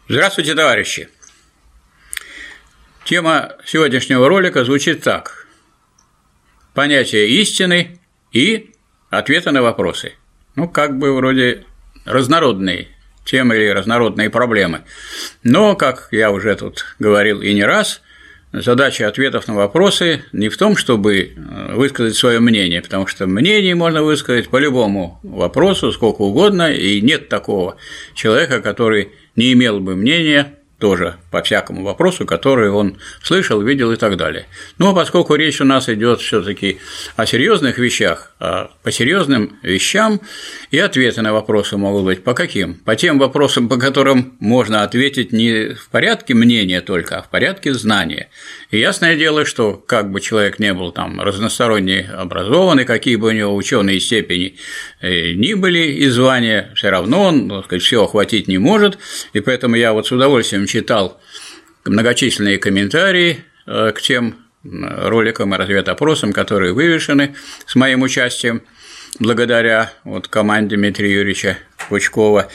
Здравствуйте, товарищи! Тема сегодняшнего ролика звучит так: понятие истины и ответы на вопросы. Как бы вроде разнородные темы или разнородные проблемы. Но, как я уже тут говорил и не раз, задача ответов на вопросы не в том, чтобы высказать свое мнение, потому что мнение можно высказать по любому вопросу, сколько угодно, и нет такого человека, который не имел бы мнения тоже по всякому вопросу, который он слышал, видел и так далее. Но поскольку речь у нас идет все-таки о серьезных вещах, по серьезным вещам и ответы на вопросы могут быть по каким? По тем вопросам, по которым можно ответить не в порядке мнения только, а в порядке знания. И ясное дело, что как бы человек не был там разносторонне образованный, какие бы у него ученые степени ни были и звания, все равно он, так сказать, все охватить не может, и поэтому я вот с удовольствием читал многочисленные комментарии к тем роликам и разведопросам, которые вывешены с моим участием, благодаря команде Дмитрия Юрьевича Пучкова,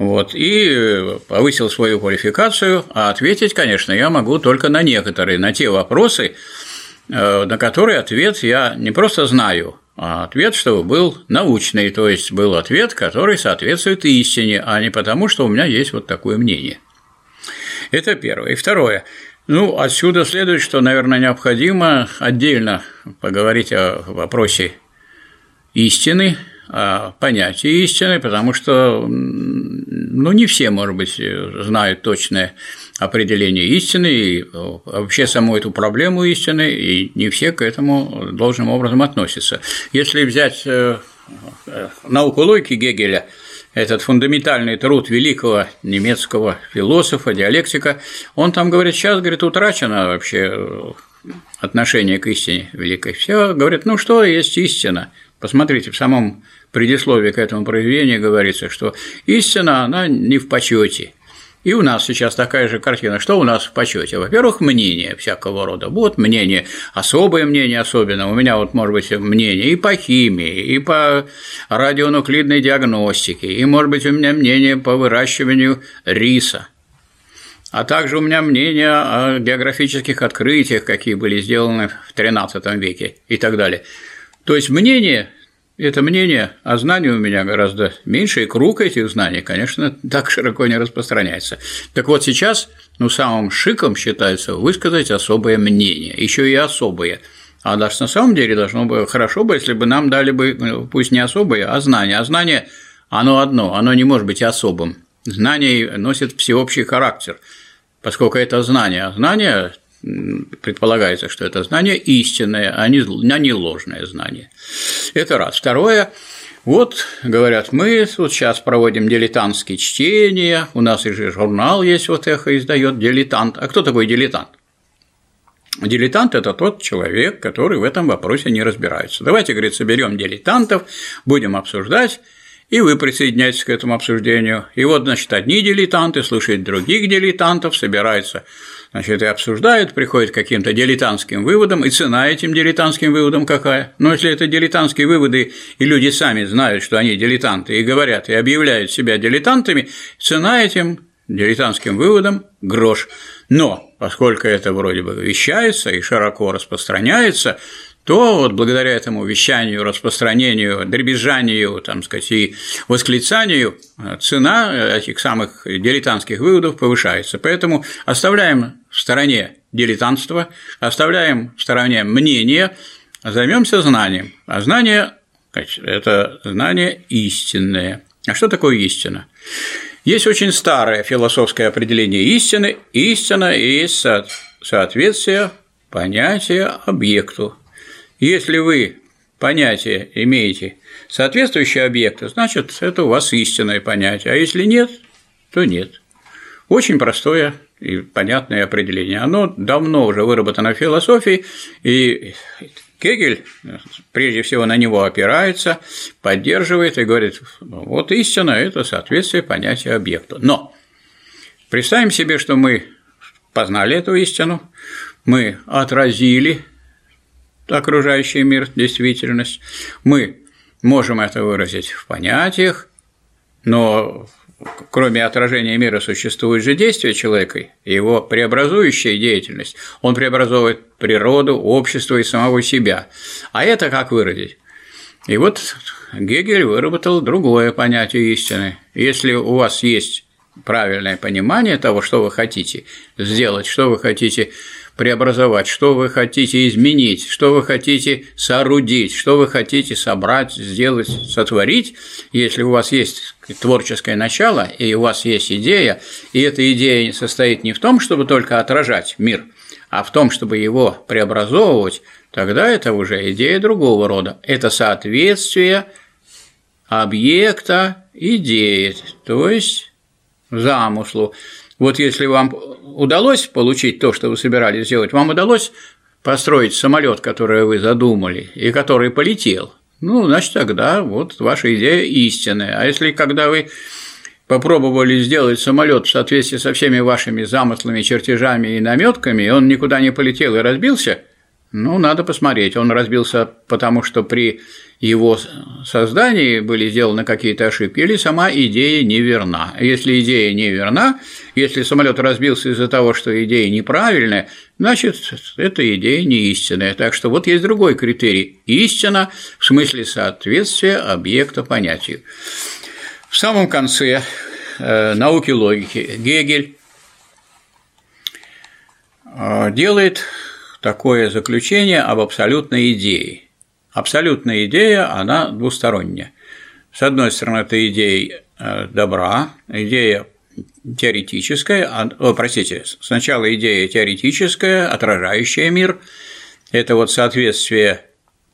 и повысил свою квалификацию, а ответить, конечно, я могу только на некоторые, на те вопросы, на которые ответ я не просто знаю, а ответ, чтобы был научный, то есть был ответ, который соответствует истине, а не потому, что у меня есть вот такое мнение. Это первое. И второе. Отсюда следует, что, наверное, необходимо отдельно поговорить о вопросе истины, о понятии истины, потому что, не все, может быть, знают точное определение истины и вообще саму эту проблему истины, и не все к этому должным образом относятся. Если взять науку логики Гегеля, этот фундаментальный труд великого немецкого философа, диалектика, он там говорит, сейчас, утрачено вообще отношение к истине великой. Все говорят, что есть истина. Посмотрите, в самом предисловии к этому произведению говорится, что истина, она не в почете. И у нас сейчас такая же картина. Что у нас в почете? Во-первых, мнение всякого рода. Вот мнение, особое мнение особенно. У меня может быть мнение и по химии, и по радионуклидной диагностике, и, может быть, у меня мнение по выращиванию риса. А также у меня мнение о географических открытиях, какие были сделаны в XIII веке и так далее. То есть мнение – это мнение, а знаний у меня гораздо меньше, и круг этих знаний, конечно, так широко не распространяется. Так вот сейчас, самым шиком считается высказать особое мнение, еще и особое. А даже на самом деле должно быть хорошо бы, если бы нам дали бы, пусть не особое, а знание. А знание, оно одно, оно не может быть особым. Знание носит всеобщий характер, поскольку это знание, а знание предполагается, что это знание истинное, а не ложное знание. Это раз. Второе. Говорят, мы сейчас проводим дилетантские чтения, у нас и же журнал есть, «Эхо» издает «Дилетант». А кто такой дилетант? Дилетант – это тот человек, который в этом вопросе не разбирается. Давайте, говорит, соберем дилетантов, будем обсуждать, и вы присоединяйтесь к этому обсуждению. И одни дилетанты слушают других дилетантов, собираются, и обсуждают, приходят к каким-то дилетантским выводам, и цена этим дилетантским выводам какая? Если это дилетантские выводы, и люди сами знают, что они дилетанты, и говорят, и объявляют себя дилетантами, цена этим дилетантским выводам – грош. Но поскольку это вроде бы вещается и широко распространяется, то благодаря этому вещанию, распространению, дребезжанию, и восклицанию цена этих самых дилетантских выводов повышается. Поэтому оставляем в стороне дилетантство, оставляем в стороне мнение, займемся знанием. А знание – это знание истинное. А что такое истина? Есть очень старое философское определение истины. Истина есть соответствие понятия объекту. Если вы понятие имеете соответствующее объекту, значит, это у вас истинное понятие, а если нет, то нет. Очень простое и понятное определение. Оно давно уже выработано в философии, и Гегель, прежде всего, на него опирается, поддерживает и говорит, истина – это соответствие понятия объекту. Но представим себе, что мы познали эту истину, мы отразили окружающий мир, действительность, мы можем это выразить в понятиях, Но кроме отражения мира существует же действие человека, и его преобразующая деятельность. Он преобразовывает природу, общество и самого себя. А это как выразить? И вот Гегель выработал другое понятие истины. Если у вас есть правильное понимание того, что вы хотите сделать, что вы хотите преобразовать, что вы хотите изменить, что вы хотите соорудить, что вы хотите собрать, сделать, сотворить, если у вас есть творческое начало, и у вас есть идея, и эта идея состоит не в том, чтобы только отражать мир, а в том, чтобы его преобразовывать, тогда это уже идея другого рода. Это соответствие объекта идеи, то есть замыслу. Вот если вам удалось получить то, что вы собирались сделать, вам удалось построить самолет, который вы задумали, и который полетел, ну, значит, тогда вот ваша идея истинная. А если когда вы попробовали сделать самолет в соответствии со всеми вашими замыслами, чертежами и намётками, и он никуда не полетел и разбился, ну, надо посмотреть, он разбился потому, что при его создании были сделаны какие-то ошибки, или сама идея неверна. Если идея неверна, если самолет разбился из-за того, что идея неправильная, значит, эта идея не истинная. Так что вот есть другой критерий – истина в смысле соответствия объекта понятию. В самом конце науки логики Гегель делает такое заключение об абсолютной идее. Абсолютная идея, она двусторонняя. С одной стороны, это идея добра, идея теоретическая, сначала идея теоретическая, отражающая мир, это вот соответствие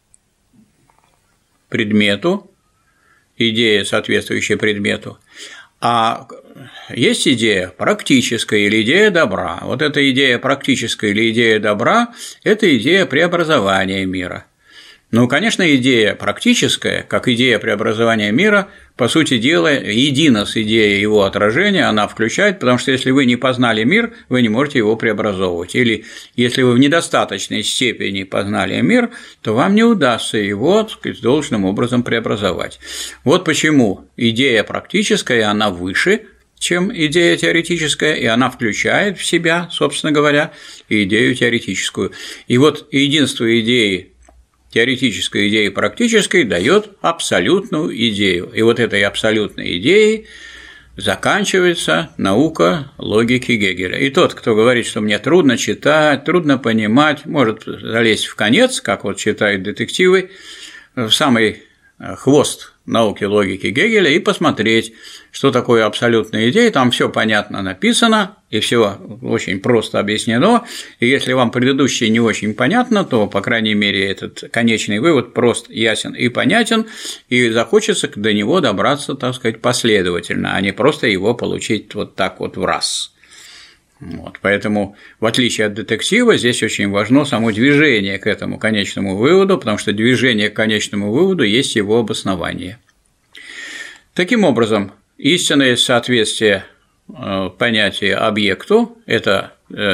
предмету, идея, соответствующая предмету, а есть идея практическая или идея добра. Вот эта идея практическая или идея добра – это идея преобразования мира. Ну, конечно, идея практическая, как идея преобразования мира, по сути дела, едина с идеей его отражения, она включает, потому что если вы не познали мир, вы не можете его преобразовывать. Или если вы в недостаточной степени познали мир, то вам не удастся его, так сказать, должным образом преобразовать. Вот почему идея практическая, она выше, чем идея теоретическая, и она включает в себя, собственно говоря, идею теоретическую. И вот единство идеи теоретической идеи практической дает абсолютную идею. И вот этой абсолютной идеей заканчивается наука логики Гегеля. И тот, кто говорит, что мне трудно читать, трудно понимать, может залезть в конец, как вот читают детективы, в самый хвост науки логики Гегеля и посмотреть, что такое абсолютная идея, там все понятно написано, и все очень просто объяснено, и если вам предыдущее не очень понятно, то, по крайней мере, этот конечный вывод прост, ясен и понятен, и захочется до него добраться, так сказать, последовательно, а не просто его получить вот так вот в раз. Вот, поэтому, в отличие от детектива, здесь очень важно само движение к этому конечному выводу, потому что движение к конечному выводу есть его обоснование. Таким образом, истинное соответствие понятия объекту – это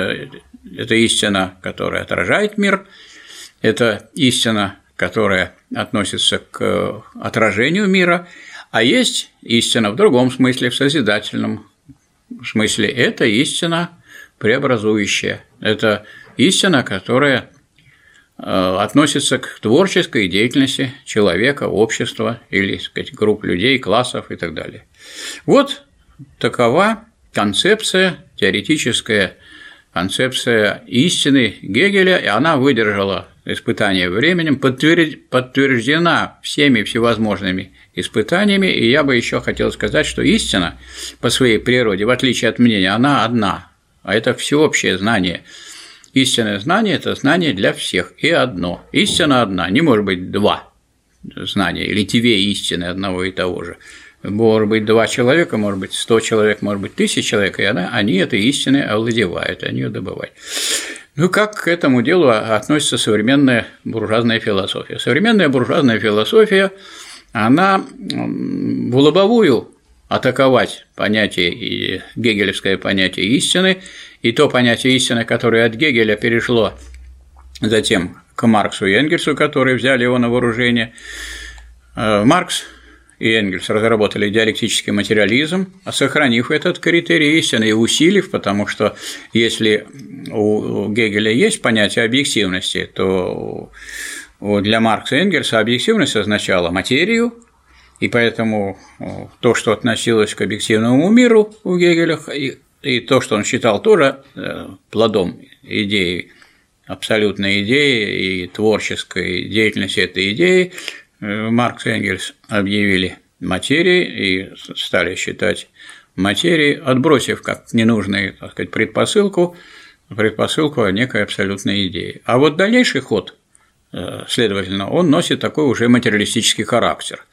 истина, которая отражает мир, это истина, которая относится к отражению мира, а есть истина в другом смысле, в созидательном в смысле, это истина преобразующая, это истина, которая относится к творческой деятельности человека, общества или, так сказать, групп людей, классов и так далее. Вот такова концепция, теоретическая концепция истины Гегеля, и она выдержала испытание временем, подтверждена всеми всевозможными испытаниями, и я бы еще хотел сказать, что истина по своей природе, в отличие от мнения, она одна, а это всеобщее знание. Истинное знание – это знание для всех, и одно. Истина одна, не может быть два знания или две истины одного и того же. Может быть 2 человека, может быть 100 человек, может быть 1000 человек, и они этой истиной овладевают, они ее добывают. Ну, как к этому делу относится современная буржуазная философия? Современная буржуазная философия, она в лобовую атаковать понятие, гегелевское понятие истины, и то понятие истины, которое от Гегеля перешло затем к Марксу и Энгельсу, которые взяли его на вооружение. Маркс и Энгельс разработали диалектический материализм, сохранив этот критерий истины и усилив, потому что если у Гегеля есть понятие объективности, то для Маркса и Энгельса объективность означала материю, и поэтому то, что относилось к объективному миру у Гегеля, и то, что он считал тоже плодом идеи, абсолютной идеи и творческой деятельности этой идеи, Маркс и Энгельс объявили материей и стали считать материей, отбросив как ненужную, так сказать, предпосылку некой абсолютной идеи. А вот дальнейший ход, следовательно, он носит такой уже материалистический характер.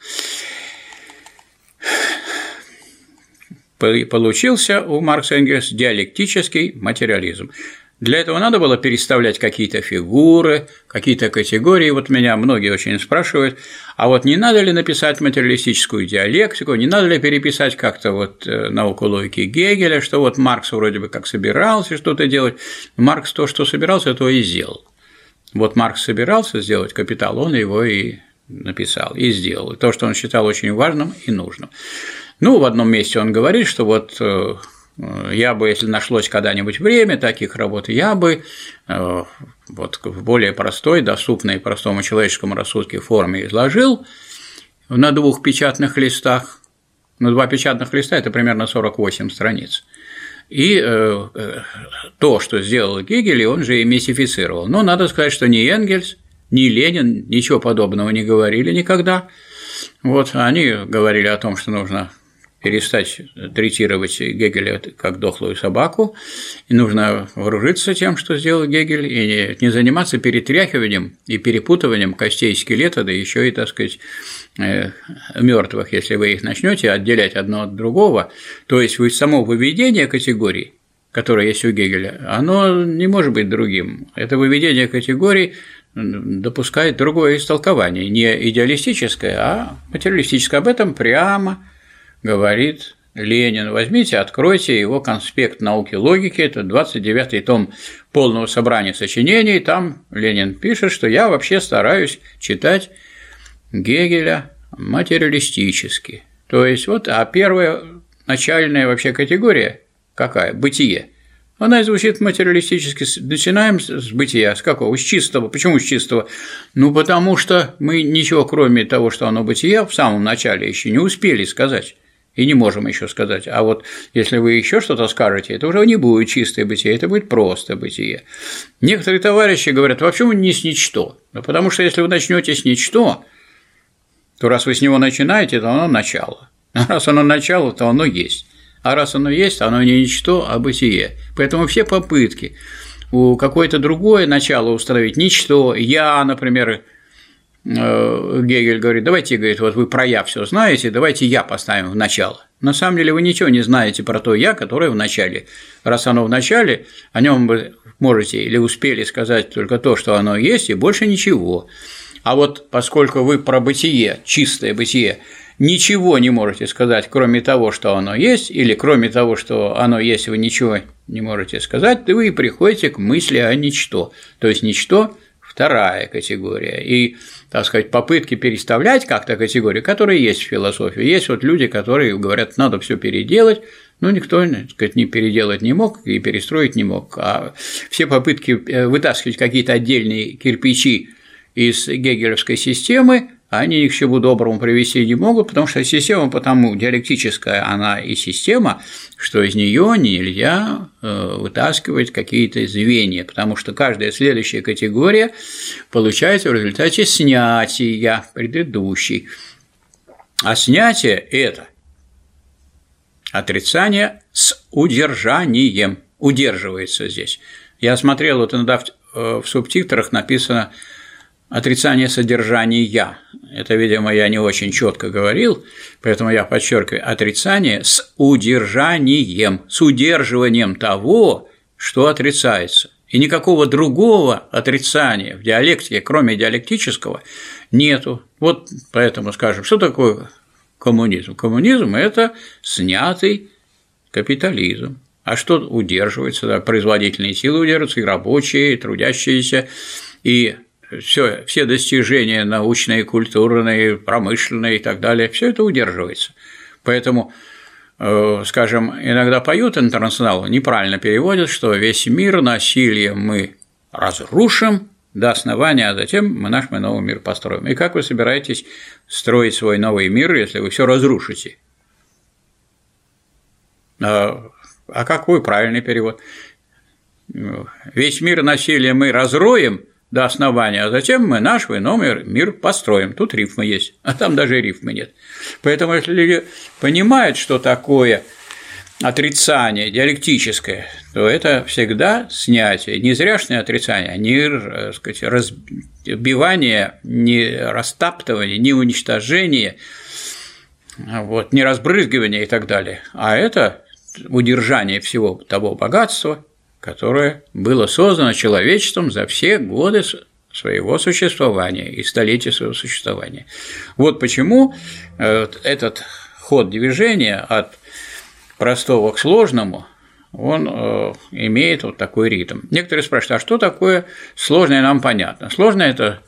Получился у Маркса и Энгельса диалектический материализм. Для этого надо было переставлять какие-то фигуры, какие-то категории. Вот меня многие очень спрашивают, а вот не надо ли написать материалистическую диалектику, не надо ли переписать как-то вот науку логики Гегеля, что вот Маркс вроде бы как собирался что-то делать, Маркс то, что собирался, то и сделал. Вот Маркс собирался сделать «Капитал», он его и написал, и сделал. И то, что он считал очень важным и нужным. Ну, в одном месте он говорит, что вот я бы, если нашлось когда-нибудь время таких работ, я бы вот в более простой, доступной простому человеческому рассудке форме изложил на 2 печатных листах. На 2 печатных листа – это примерно 48 страниц. И то, что сделал Гегель, он же и мистифицировал. Но надо сказать, что ни Энгельс, ни Ленин ничего подобного не говорили никогда. Вот они говорили о том, что нужно перестать третировать Гегеля как дохлую собаку, и нужно вооружиться тем, что сделал Гегель, и не заниматься перетряхиванием и перепутыванием костей скелета, да еще и, так сказать, мертвых, если вы их начнете отделять одно от другого, то есть само выведение категорий, которое есть у Гегеля, оно не может быть другим. Это выведение категорий допускает другое истолкование, не идеалистическое, а материалистическое. Об этом прямо говорит Ленин. Возьмите, откройте его конспект науки логики, это 29-й том полного собрания сочинений, там Ленин пишет, что я вообще стараюсь читать Гегеля материалистически. То есть, вот, а первая начальная вообще категория какая? Бытие. Она звучит материалистически. Начинаем с бытия. С какого? С чистого. Почему с чистого? Ну, потому что мы ничего, кроме того, что оно бытие, в самом начале еще не успели сказать. И не можем еще сказать. А вот если вы еще что-то скажете, это уже не будет чистое бытие, это будет просто бытие. Некоторые товарищи говорят, вообще не с ничто. Да потому что если вы начнете с ничто, то раз вы с него начинаете, то оно начало. А раз оно начало, то оно есть. А раз оно есть, оно не ничто, а бытие. Поэтому все попытки у какое-то другое начало установить, ничто, я, например, Гегель говорит, давайте, говорит, вот вы про «я» все знаете, давайте «я» поставим в начало. На самом деле вы ничего не знаете про то «я», которое в начале. Раз оно в начале, о нем вы можете или успели сказать только то, что оно есть, и больше ничего. А вот поскольку вы про бытие, чистое бытие, ничего не можете сказать, кроме того, что оно есть, или кроме того, что оно есть, вы ничего не можете сказать, то вы приходите к мысли о ничто. То есть ничто – вторая категория. И, так сказать, попытки переставлять как-то категории, которые есть в философии. Есть вот люди, которые говорят, надо все переделать, но никто, так сказать, не переделать не мог и перестроить не мог. А все попытки вытаскивать какие-то отдельные кирпичи из гегелевской системы, они их к чему доброму привести не могут, потому что система потому диалектическая она и система, что из нее нельзя вытаскивать какие-то звенья, потому что каждая следующая категория получается в результате снятия предыдущей. А снятие – это отрицание с удержанием, удерживается здесь. Я смотрел, вот иногда в субтитрах написано отрицание содержания. Это, видимо, я не очень четко говорил, поэтому я подчеркиваю отрицание с удержанием, с удерживанием того, что отрицается. И никакого другого отрицания в диалектике, кроме диалектического, нету. Вот поэтому скажем, что такое коммунизм? Коммунизм – это снятый капитализм. А что удерживается? Да, производительные силы удерживаются, и рабочие, и трудящиеся, и все достижения научные, культурные, промышленные и так далее, все это удерживается. Поэтому, скажем, иногда поют «Интернационал», неправильно переводят, что весь мир насилием мы разрушим до основания, а затем мы наш новый мир построим. И как вы собираетесь строить свой новый мир, если вы все разрушите? А какой правильный перевод? Весь мир насилия мы разроем до основания, а затем мы наш новый мир построим. Тут рифма есть, а там даже рифмы нет. Поэтому, если люди понимают, что такое отрицание диалектическое, то это всегда снятие, не зряшное отрицание, а не, сказать, разбивание, не растаптывание, не уничтожение, вот, не разбрызгивание и так далее, а это удержание всего того богатства, которое было создано человечеством за все годы своего существования и столетия своего существования. Вот почему этот ход движения от простого к сложному, он имеет вот такой ритм. Некоторые спрашивают, а что такое сложное, нам понятно. Сложное – это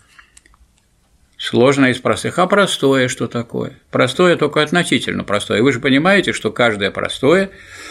сложное из простых, а простое что такое? Простое только относительно простое. Вы же понимаете, что каждое простое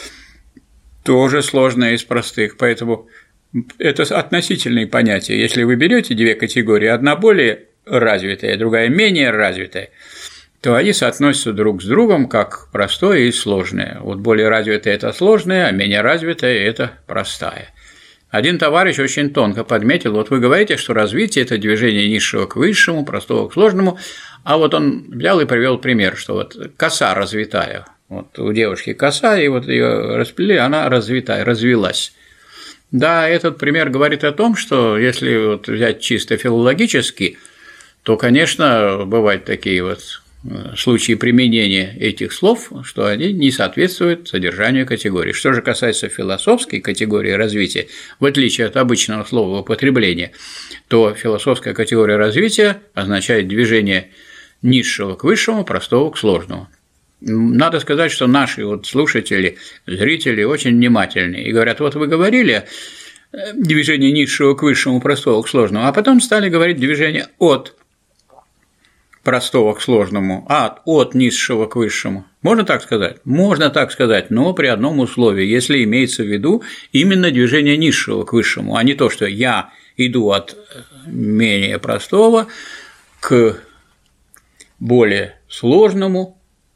тоже сложное из простых, поэтому это относительные понятия. Если вы берете две категории, одна более развитая, другая менее развитая, то они соотносятся друг с другом как простое и сложное. Вот более развитое – это сложное, а менее развитое – это простая. Один товарищ очень тонко подметил, вот вы говорите, что развитие – это движение низшего к высшему, простого к сложному, а вот он взял и привел пример, что вот коса развитая, вот у девушки коса, и вот ее расплели, она развитая, развилась. Да, этот пример говорит о том, что если вот взять чисто филологически, то, конечно, бывают такие вот случаи применения этих слов, что они не соответствуют содержанию категории. Что же касается философской категории развития, в отличие от обычного слова употребления, то философская категория развития означает движение низшего к высшему, простого к сложному. Надо сказать, что наши вот слушатели, зрители очень внимательны и говорят, вот вы говорили движение низшего к высшему, простого к сложному, а потом стали говорить движение от простого к сложному, от низшего к высшему. Можно так сказать? Можно так сказать, но при одном условии, если имеется в виду именно движение низшего к высшему, а не то, что я иду от менее простого к более сложному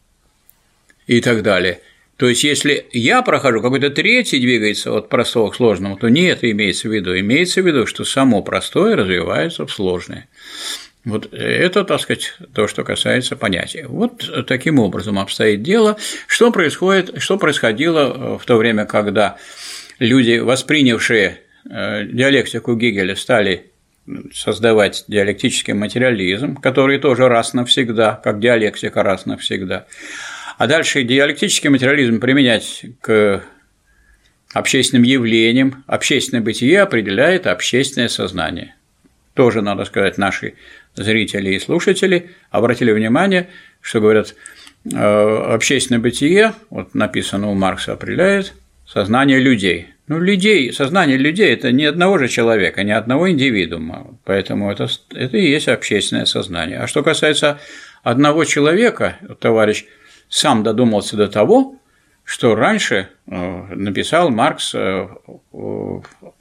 и так далее. То есть, если я прохожу, какой-то третий двигается от простого к сложному, то не это имеется в виду. Имеется в виду, что само простое развивается в сложное. Вот это, так сказать, то, что касается понятия. Вот таким образом обстоит дело. Что происходило в то время, когда люди, воспринявшие диалектику Гегеля, стали создавать диалектический материализм, который тоже раз навсегда, как диалектика раз навсегда, а дальше диалектический материализм применять к общественным явлениям, общественное бытие определяет общественное сознание. Тоже, надо сказать, наши зрители и слушатели обратили внимание, что говорят, общественное бытие, вот написано у Маркса, определяет сознание людей. Ну, сознание людей – это не одного же человека, не одного индивидуума, поэтому это и есть общественное сознание. А что касается одного человека, товарищ сам додумался до того, что раньше написал Маркс в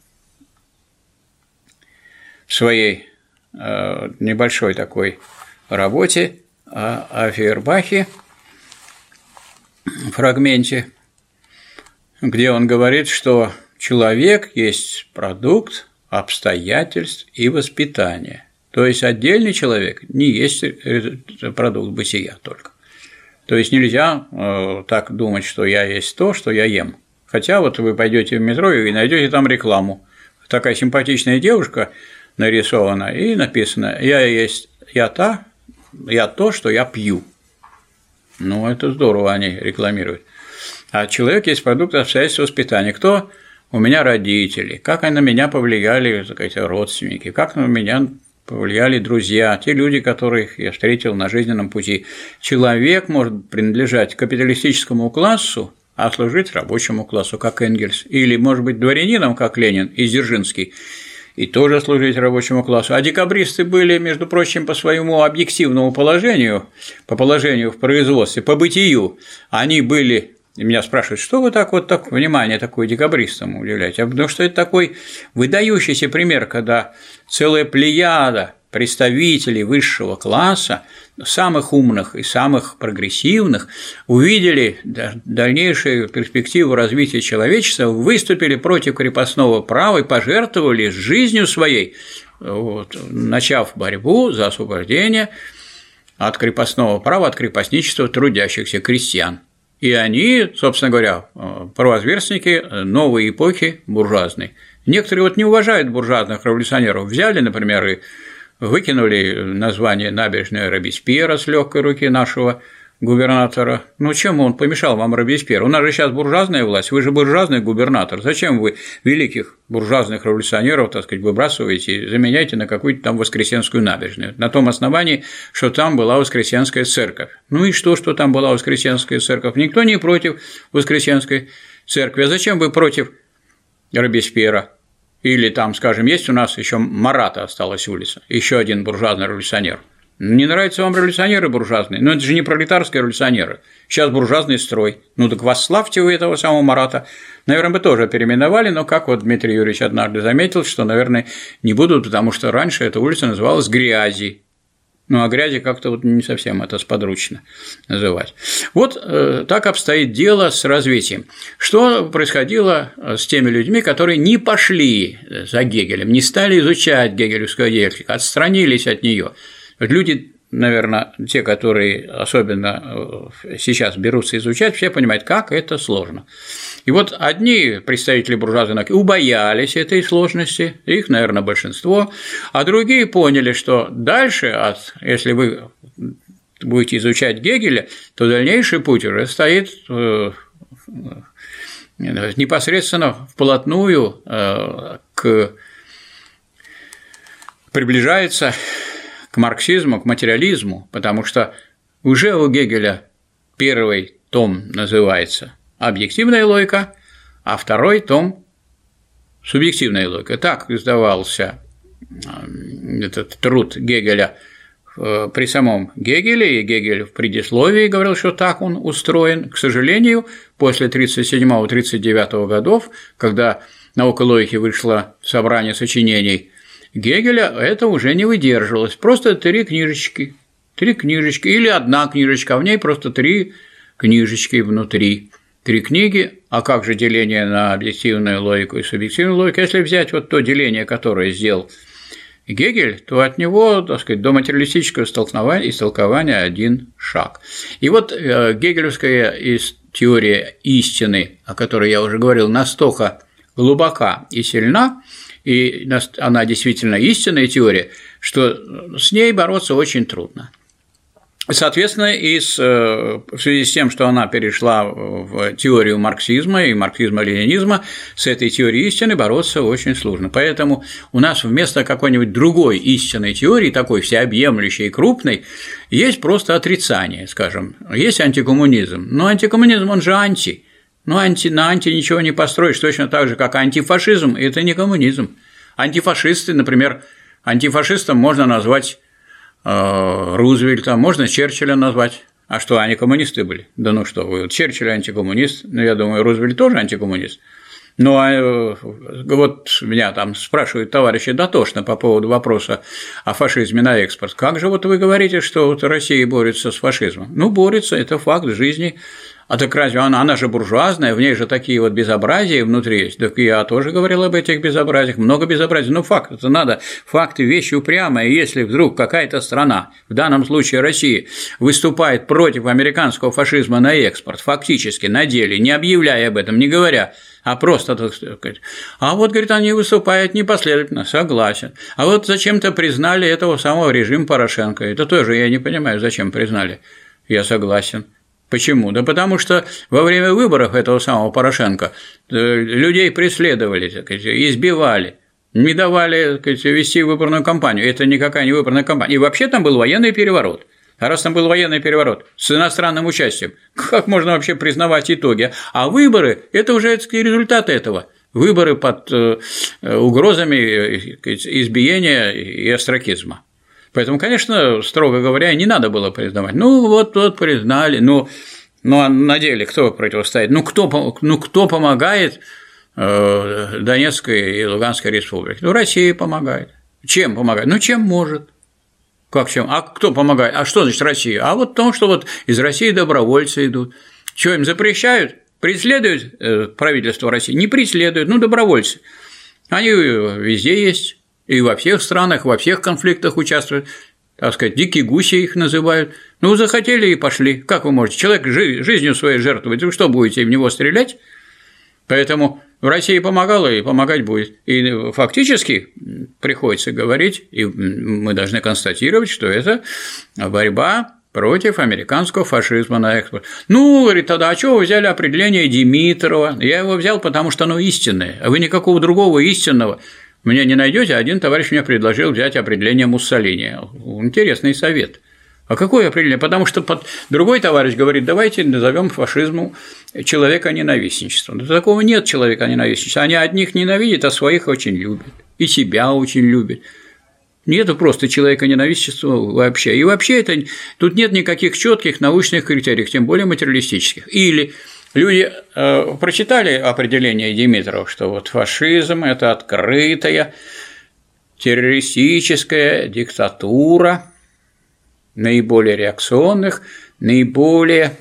своей небольшой такой работе о Фейербахе, фрагменте, где он говорит, что человек есть продукт обстоятельств и воспитания. То есть отдельный человек не есть продукт бытия только. То есть нельзя так думать, что я есть то, что я ем. Хотя вот вы пойдете в метро и найдете там рекламу. Такая симпатичная девушка нарисована и написано: я то, что я пью. Ну, это здорово, они рекламируют. А человек есть продукт обстоятельств воспитания. Кто? У меня родители, как они на меня повлияли, так сказать, родственники, как на меня повлияли друзья, те люди, которых я встретил на жизненном пути. Человек может принадлежать капиталистическому классу, а служить рабочему классу, как Энгельс, или, может быть, дворянином, как Ленин и Дзержинский, и тоже служить рабочему классу. А декабристы были, между прочим, по своему объективному положению, по положению в производстве, по бытию, они были. И меня спрашивают, что вы так внимание такое декабристам уделяете? Потому что это такой выдающийся пример, когда целая плеяда представителей высшего класса, самых умных и самых прогрессивных, увидели дальнейшую перспективу развития человечества, выступили против крепостного права и пожертвовали жизнью своей, начав борьбу за освобождение от крепостного права, от крепостничества трудящихся крестьян. И они, собственно говоря, провозверстники новой эпохи буржуазной. Некоторые не уважают буржуазных революционеров. Взяли, например, и выкинули название набережной Робеспьера с легкой руки нашего губернатора. Чем он помешал вам, Робеспьер? У нас же сейчас буржуазная власть, вы же буржуазный губернатор. Зачем вы великих буржуазных революционеров, выбрасываете и заменяете на какую-то там Воскресенскую набережную? На том основании, что там была Воскресенская церковь. Ну и что там была Воскресенская церковь? Никто не против Воскресенской церкви. А зачем вы против Робеспьера? Или там, скажем, есть у нас еще Марата осталась улица, еще один буржуазный революционер. Не нравятся вам революционеры буржуазные? Но это же не пролетарские революционеры. Сейчас буржуазный строй. Так восславьте вы этого самого Марата. Наверное, бы тоже переименовали, но как Дмитрий Юрьевич однажды заметил, что, наверное, не будут, потому что раньше эта улица называлась Грязи. А грязи как-то не совсем это сподручно называть. Так обстоит дело с развитием. Что происходило с теми людьми, которые не пошли за Гегелем, не стали изучать гегелевскую диалектику, отстранились от нее? Люди, наверное, те, которые особенно сейчас берутся изучать, все понимают, как это сложно. И одни представители буржуазной науки убоялись этой сложности, их, наверное, большинство, а другие поняли, что дальше, если вы будете изучать Гегеля, то дальнейший путь уже стоит непосредственно вплотную приближается к марксизму, к материализму, потому что уже у Гегеля первый том называется «Объективная логика», а второй том «Субъективная логика». Так издавался этот труд Гегеля при самом Гегеле, и Гегель в предисловии говорил, что так он устроен. К сожалению, после 1937–1939 годов, когда «Наука логики» вышло собрание сочинений Гегеля, это уже не выдерживалось. Просто три книжечки или одна книжечка, а в ней просто три книжечки внутри. Три книги, а как же деление на объективную логику и субъективную логику? Если взять то деление, которое сделал Гегель, то от него, до материалистического истолкования один шаг. И гегелевская теория истины, о которой я уже говорил, настолько глубока и сильна, и она действительно истинная теория, что с ней бороться очень трудно. Соответственно, в связи с тем, что она перешла в теорию марксизма и марксизма-ленинизма, с этой теорией истины бороться очень сложно. Поэтому у нас вместо какой-нибудь другой истинной теории, такой всеобъемлющей и крупной, есть просто отрицание, скажем, есть антикоммунизм. Но антикоммунизм, он же анти. На анти ничего не построишь, точно так же, как антифашизм – это не коммунизм. Антифашисты, например, антифашистом можно назвать Рузвельта, можно Черчилля назвать. А что, они коммунисты были? Да ну что вы, Черчилль антикоммунист, я думаю, Рузвельт тоже антикоммунист. Меня там спрашивают товарищи дотошно по поводу вопроса о фашизме на экспорт. Как же вы говорите, что Россия борется с фашизмом? Борется, это факт жизни. А так разве она же буржуазная, в ней же такие безобразия внутри есть. Так я тоже говорил об этих безобразиях, много безобразий. Факт, это надо, факты, вещи упрямые. Если вдруг какая-то страна, в данном случае Россия, выступает против американского фашизма на экспорт, фактически, на деле, не объявляя об этом, не говоря, а просто, так сказать. Говорит, они выступают непоследовательно, согласен. А зачем-то признали этого самого режима Порошенко. Это тоже я не понимаю, зачем признали. Я согласен. Почему? Да потому что во время выборов этого самого Порошенко людей преследовали, избивали, не давали вести выборную кампанию. Это никакая не выборная кампания. И вообще там был военный переворот. А раз там был военный переворот с иностранным участием, как можно вообще признавать итоги? А выборы – это уже результат этого. выборы под угрозами избиения и остракизма. Поэтому, конечно, строго говоря, не надо было признавать. Ну, вот признали, ну а на деле кто противостоит? Кто помогает Донецкой и Луганской республике? Ну, Россия помогает. Чем помогает? Ну, чем может. Как чем? А кто помогает? А что значит Россия? А вот то, что вот из России добровольцы идут. Что, им запрещают? Преследуют правительство России? Не преследуют, ну, добровольцы. Они везде есть, и во всех странах, во всех конфликтах участвуют. Так сказать, дикие гуси их называют. Ну, захотели и пошли. Как вы можете? Человек жизнью своей жертвовать, вы что, будете в него стрелять? Поэтому в России помогала и помогать будет. И фактически приходится говорить, и мы должны констатировать, что это борьба против американского фашизма на экспорт. Ну, говорит, тогда а чего вы взяли определение Димитрова? Я его взял, потому что оно истинное, а вы никакого другого истинного мне не найдете. Один товарищ мне предложил взять определение Муссолини. Интересный совет. А какое определение? Потому что другой товарищ говорит, давайте назовем фашизму человеконенавистничеством. Да такого нет человека-ненавистничества. Они одних ненавидят, а своих очень любят. И себя очень любят. Нету просто человека-ненавистничества вообще. И вообще тут нет никаких четких научных критериев, тем более материалистических. Или люди прочитали определение Димитрова, что вот фашизм – это открытая террористическая диктатура наиболее реакционных, наиболее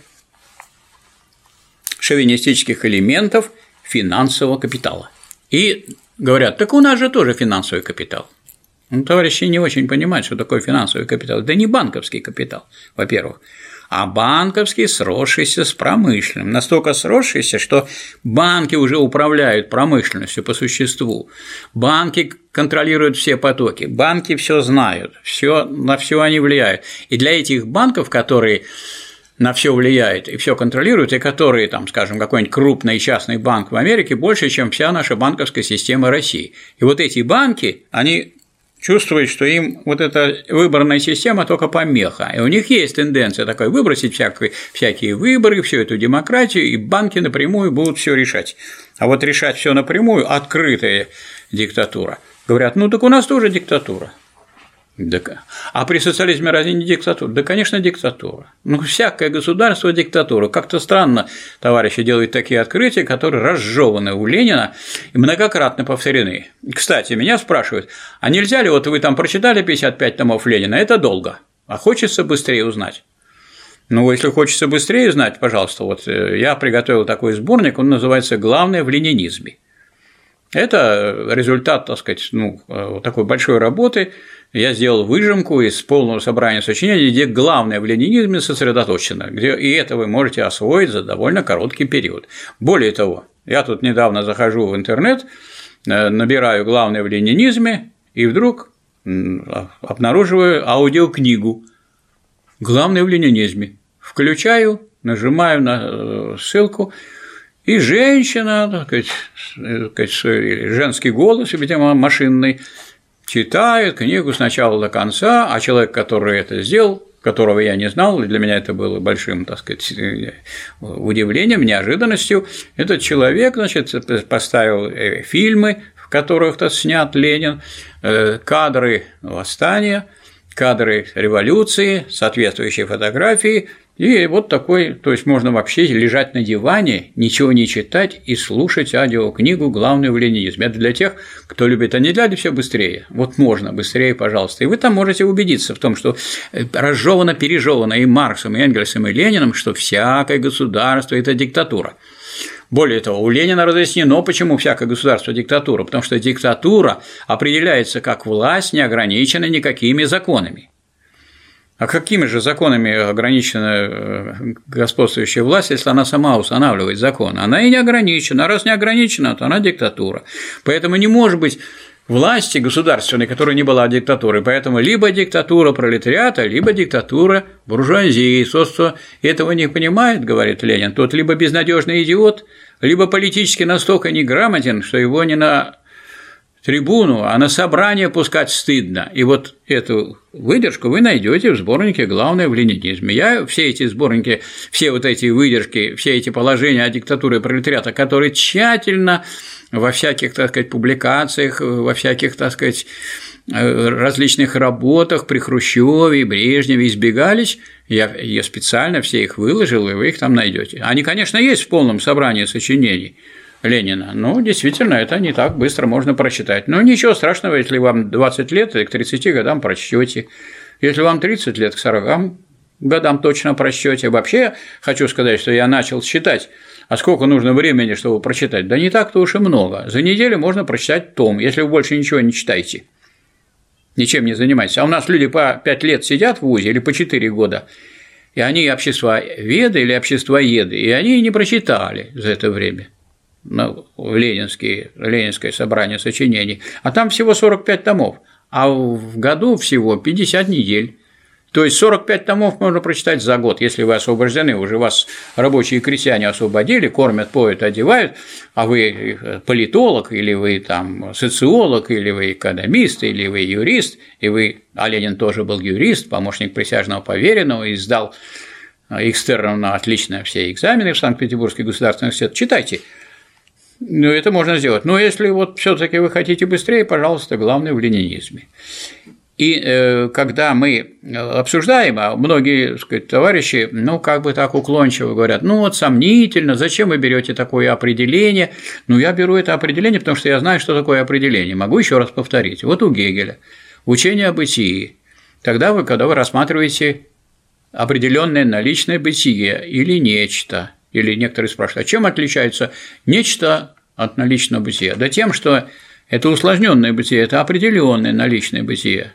шовинистических элементов финансового капитала. И говорят, так у нас же тоже финансовый капитал. Ну, товарищи не очень понимают, что такое финансовый капитал. Да не банковский капитал, во-первых, а банковский, сросшийся с промышленным. Настолько сросшийся, что банки уже управляют промышленностью по существу. Банки контролируют все потоки, банки все знают, на все они влияют. И для этих банков, которые на все влияют и все контролируют, и которые, там, скажем, какой-нибудь крупный частный банк в Америке больше, чем вся наша банковская система России. И вот эти банки, они чувствуют, что им вот эта выборная система только помеха, и у них есть тенденция такая выбросить всякие выборы, всю эту демократию, и банки напрямую будут все решать. А вот решать все напрямую – открытая диктатура. Говорят, ну так у нас тоже диктатура. А при социализме разве не диктатура? Да, конечно, диктатура. Ну, всякое государство – диктатура. Как-то странно товарищи делают такие открытия, которые разжеваны у Ленина и многократно повторены. Кстати, меня спрашивают, а нельзя ли, вот вы там прочитали 55 томов Ленина, это долго, а хочется быстрее узнать? Ну, если хочется быстрее узнать, пожалуйста, вот я приготовил такой сборник, он называется «Главное в ленинизме». Это результат, так сказать, такой большой работы. Я сделал выжимку из полного собрания сочинений, где главное в ленинизме сосредоточено, и это вы можете освоить за довольно короткий период. Более того, я тут недавно захожу в интернет, набираю «Главное в ленинизме» и вдруг обнаруживаю аудиокнигу «Главное в ленинизме». Включаю, нажимаю на ссылку, и женщина, так сказать, женский голос, видимо, машинный, читает книгу сначала до конца, а человек, который это сделал, которого я не знал, и для меня это было большим, так сказать, удивлением, неожиданностью, этот человек, значит, поставил фильмы, в которых снят Ленин, кадры восстания, кадры революции, соответствующие фотографии. И вот такой, то есть можно вообще лежать на диване, ничего не читать и слушать аудиокнигу «Главное в ленинизме». Это для тех, кто любит, а не для все быстрее. Вот можно быстрее, пожалуйста. И вы там можете убедиться в том, что разжевано, пережевано и Марксом, и Энгельсом, и Лениным, что всякое государство – это диктатура. Более того, у Ленина разъяснено, почему всякое государство – диктатура, потому что диктатура определяется как власть, не ограничена никакими законами. А какими же законами ограничена господствующая власть, если она сама устанавливает законы? Она и не ограничена, а раз не ограничена, то она диктатура. Поэтому не может быть власти государственной, которая не была диктатурой, поэтому либо диктатура пролетариата, либо диктатура буржуазии. Собственно, этого не понимает, говорит Ленин, тот либо безнадежный идиот, либо политически настолько неграмотен, что его ни на трибуну, а на собрание пускать стыдно. И вот эту выдержку вы найдете в сборнике «Главное в ленинизме». Я все эти сборники, все вот эти выдержки, все эти положения о диктатуре пролетариата, которые тщательно во всяких, так сказать, публикациях, во всяких, так сказать, различных работах при Хрущеве и Брежневе избегались, я специально все их выложил, и вы их там найдете. Они, конечно, есть в полном собрании сочинений Ленина, но действительно это не так быстро можно прочитать. Но ничего страшного, если вам 20 лет, и к 30 годам прочтете. Если вам 30 лет, к 40 годам точно прочтете. Вообще хочу сказать, что я начал считать, а сколько нужно времени, чтобы прочитать. Да не так-то уж и много. За неделю можно прочитать том, если вы больше ничего не читаете. Ничем не занимаетесь. А у нас люди по 5 лет сидят в ВУЗе или по 4 года, и они обществоведы или обществоеды, и они не прочитали за это время. Ленинское собрание сочинений, а там всего 45 томов, а в году всего 50 недель. То есть 45 томов можно прочитать за год, если вы освобождены, уже вас рабочие и крестьяне освободили, кормят, поют, одевают, а вы политолог, или вы там социолог, или вы экономист, или вы юрист, и вы, а Ленин тоже был юрист, помощник присяжного поверенного, и сдал экстерном отлично все экзамены в Санкт-Петербургский государственный университет. Читайте. Ну, это можно сделать. Но если вот все-таки вы хотите быстрее, пожалуйста, главное в ленинизме. И когда мы обсуждаем, а многие, так сказать, товарищи, ну, как бы так уклончиво говорят, ну, вот сомнительно, зачем вы берете такое определение? Ну, я беру это определение, потому что я знаю, что такое определение. Могу еще раз повторить. Вот у Гегеля учение о бытии. Когда вы рассматриваете определенное наличное бытие или нечто, или некоторые спрашивают, а чем отличается нечто от наличного бытия? Да тем, что это усложненное бытие, это определенное наличное бытие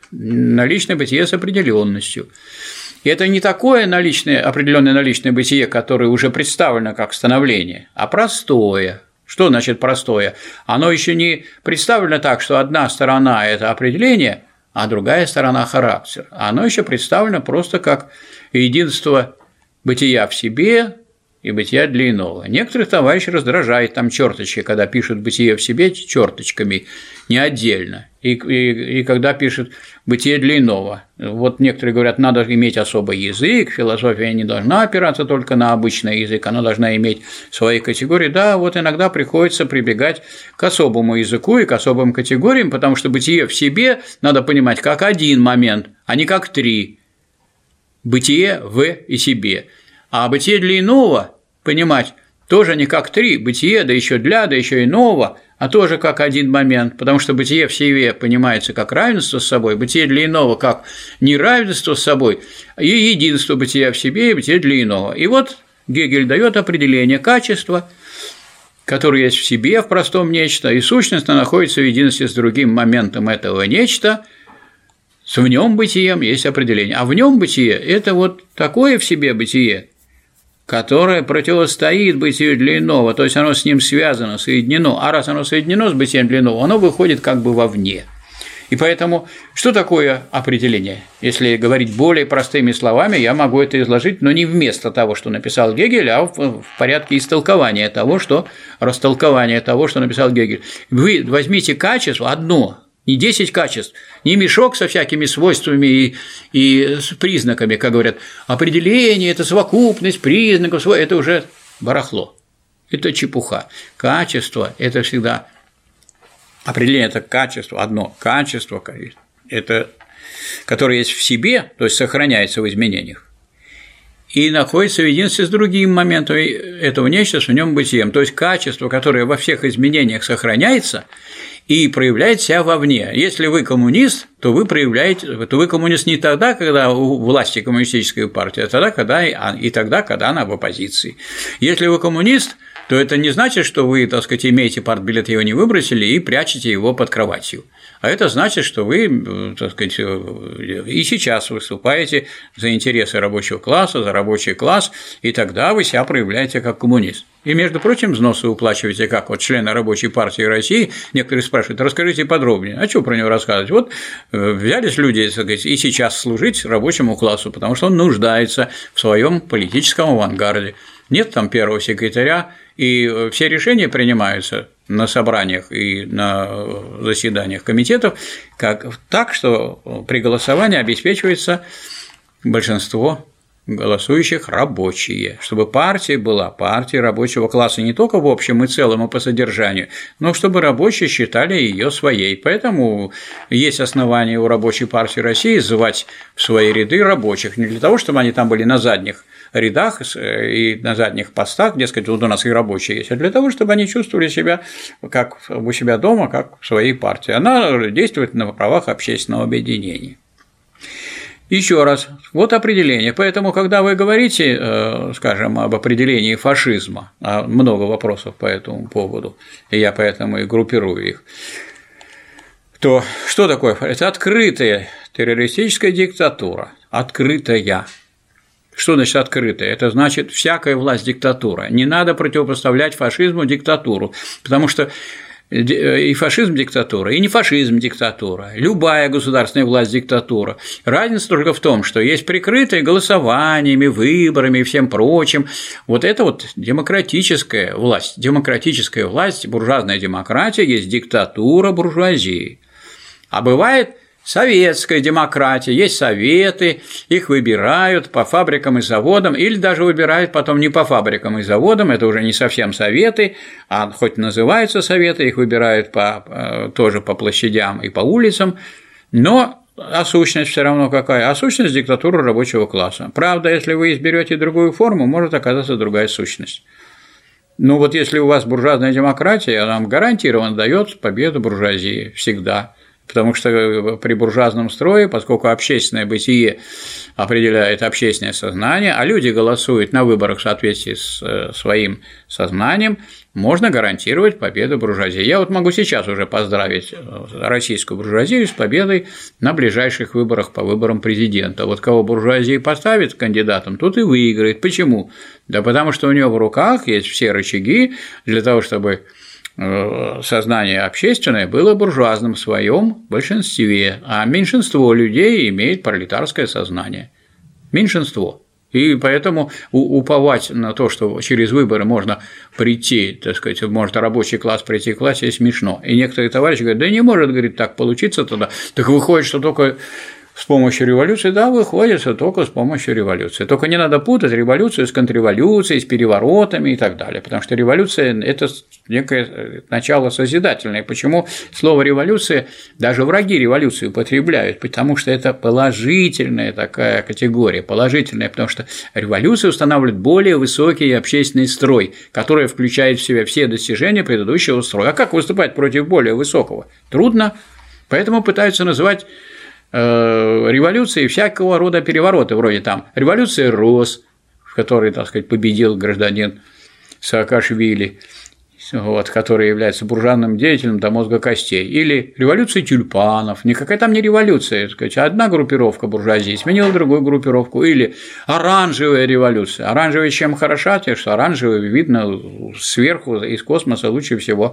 с определенностью. И это не такое определенное наличное бытие, которое уже представлено как становление, а простое. Что значит простое? Оно еще не представлено так, что одна сторона – это определение, а другая сторона – характер. Оно еще представлено просто как единство бытия в себе и бытия для иного. Некоторых товарищей раздражает там черточки, когда пишут бытие в себе черточками, не отдельно, и когда пишут бытие для иного. Вот некоторые говорят, надо иметь особый язык, философия не должна опираться только на обычный язык, она должна иметь свои категории. Да, вот иногда приходится прибегать к особому языку и к особым категориям, потому что бытие в себе надо понимать как один момент, а не как три. Бытие в и себе. А бытие для иного понимать тоже не как три, бытие, да еще иного, а тоже как один момент, потому что бытие в себе понимается как равенство с собой, бытие для иного как неравенство с собой, и единство бытия в себе и бытие для иного. И вот Гегель дает определение качества, которое есть в себе, в простом нечто, и сущностно находится в единстве с другим моментом этого нечто. С в нем бытием есть определение, а в нем бытие – это вот такое в себе бытие, которое противостоит бытию для иного, то есть оно с ним связано, соединено, а раз оно соединено с бытием для иного, оно выходит как бы вовне. И поэтому, что такое определение? Если говорить более простыми словами, я могу это изложить, но не вместо того, что написал Гегель, а в порядке истолкования того, растолкования того, что написал Гегель. Вы возьмите качество одно, не 10 качеств, не мешок со всякими свойствами и с признаками, как говорят. Определение – это совокупность признаков, это уже барахло, это чепуха. Качество – это всегда определение, это качество, одно качество, это, которое есть в себе, то есть сохраняется в изменениях, и находится в единстве с другим моментом этого нечто, с в нем бытием, то есть качество, которое во всех изменениях сохраняется и проявляет себя вовне. Если вы коммунист, то вы коммунист не тогда, когда у власти коммунистической партии, а тогда, когда она в оппозиции. Если вы коммунист, то это не значит, что вы, так сказать, имеете партбилет, его не выбросили и прячете его под кроватью. А это значит, что вы, так сказать, и сейчас выступаете за интересы рабочего класса, за рабочий класс, и тогда вы себя проявляете как коммунист. И, между прочим, взносы уплачиваете как вот члены Рабочей партии России. Некоторые спрашивают, расскажите подробнее, а что про него рассказывать? Вот взялись люди, так сказать, и сейчас служить рабочему классу, потому что он нуждается в своем политическом авангарде. Нет там первого секретаря, и все решения принимаются на собраниях и на заседаниях комитетов, так, что при голосовании обеспечивается большинство голосующих рабочие, чтобы партия была партией рабочего класса не только в общем и целом, и по содержанию, но чтобы рабочие считали ее своей. Поэтому есть основания у Рабочей партии России звать в свои ряды рабочих, не для того, чтобы они там были на задних рядах и на задних постах, дескать, вот у нас и рабочие есть, а для того, чтобы они чувствовали себя как у себя дома, как в своей партии. Она действует на правах общественного объединения. Еще раз, вот определение. Поэтому, когда вы говорите, скажем, об определении фашизма, много вопросов по этому поводу, и я поэтому и группирую их, то что такое фашизм? Это открытая террористическая диктатура, открытая. Что значит открытая? Это значит всякая власть диктатура. Не надо противопоставлять фашизму диктатуру, потому что и фашизм – диктатура, и не фашизм – диктатура, любая государственная власть – диктатура. Разница только в том, что есть прикрытые голосованиями, выборами и всем прочим. Вот это вот демократическая власть, буржуазная демократия, есть диктатура буржуазии. А бывает советская демократия, есть советы, их выбирают по фабрикам и заводам, или даже выбирают потом не по фабрикам и заводам, это уже не совсем советы, а хоть называются советы, их выбирают тоже по площадям и по улицам, но сущность все равно какая? Сущность – диктатура рабочего класса. Правда, если вы изберете другую форму, может оказаться другая сущность. Ну вот если у вас буржуазная демократия, она вам гарантированно дает победу буржуазии всегда. Потому что при буржуазном строе, поскольку общественное бытие определяет общественное сознание, а люди голосуют на выборах в соответствии с своим сознанием, можно гарантировать победу буржуазии. Я вот могу сейчас уже поздравить российскую буржуазию с победой на ближайших выборах по выборам президента. Вот кого буржуазия поставит кандидатом, тот и выиграет. Почему? Да потому что у него в руках есть все рычаги для того, чтобы сознание общественное было буржуазным в своем большинстве, а меньшинство людей имеет пролетарское сознание. Меньшинство. И поэтому уповать на то, что через выборы можно прийти, так сказать, может рабочий класс прийти к власти, смешно. И некоторые товарищи говорят, да не может, говорит, так получиться тогда. Так выходит, что только с помощью революции, да, выходит, что только с помощью революции. Только не надо путать революцию с контрреволюцией, с переворотами и так далее, потому что революция – это некое начало созидательное. Почему слово «революция» даже враги революции употребляют? Потому что это положительная такая категория, положительная, потому что революция устанавливает более высокий общественный строй, который включает в себя все достижения предыдущего строя. А как выступать против более высокого? Трудно, поэтому пытаются называть революции всякого рода перевороты, вроде там революция Роз, в которой, так сказать, победил гражданин Саакашвили, вот, который является буржуазным деятелем до мозга костей, или революция тюльпанов, никакая там не революция, так сказать, одна группировка буржуазии сменила другую группировку, или оранжевая революция. Оранжевая чем хороша, тем, что оранжевая видно сверху из космоса лучше всего.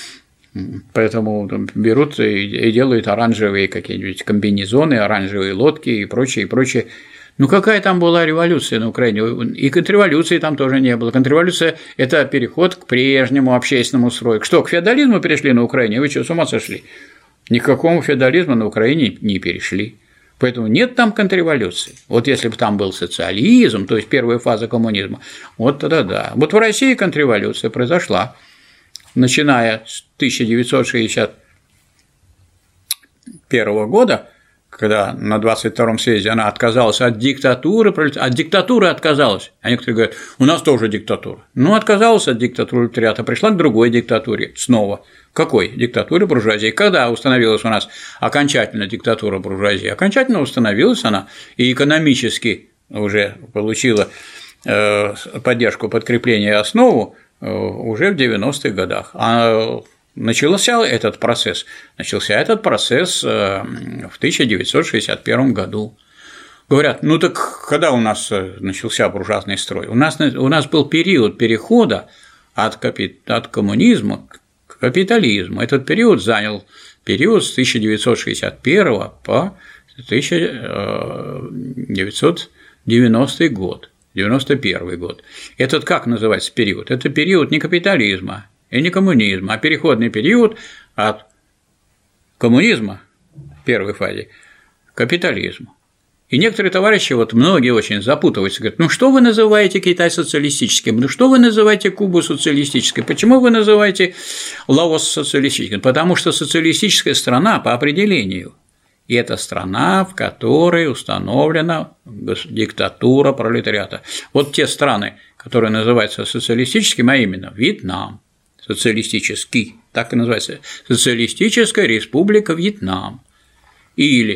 Поэтому берут и делают оранжевые какие-нибудь комбинезоны, оранжевые лодки и прочее, и прочее. Ну, какая там была революция на Украине? И контрреволюции там тоже не было. Контрреволюция – это переход к прежнему общественному строю. Что, к феодализму перешли на Украине? Вы что, с ума сошли? Ни к какому феодализму на Украине не перешли. Поэтому нет там контрреволюции. Вот если бы там был социализм, то есть первая фаза коммунизма, вот тогда да. Вот в России контрреволюция произошла. Начиная с 1961 года, когда на 22-м съезде она отказалась от диктатуры отказалась, а некоторые говорят, у нас тоже диктатура. Ну, отказалась от диктатуры пролетариата, пришла к другой диктатуре снова. Какой? Диктатуре буржуазии. Когда установилась у нас окончательно диктатура буржуазии? Окончательно установилась она и экономически уже получила поддержку, подкрепление и основу уже в 90-х годах. А начался этот процесс в 1961 году. Говорят, ну так когда у нас начался буржуазный строй? У нас был период перехода от коммунизма к капитализму. Этот период занял период с 1961 по 1990 год. 91 год. Этот как называется период? Это период не капитализма, и не коммунизм, а переходный период от коммунизма в первой фазе к капитализму. И некоторые товарищи, вот многие очень запутываются, говорят, ну что вы называете Китай социалистическим, ну что вы называете Кубу социалистической, почему вы называете Лаос социалистическим? Потому что социалистическая страна по определению – это страна, в которой установлена диктатура пролетариата. Вот те страны, которые называются социалистическим, а именно Вьетнам, социалистический, так и называется, Социалистическая Республика Вьетнам, или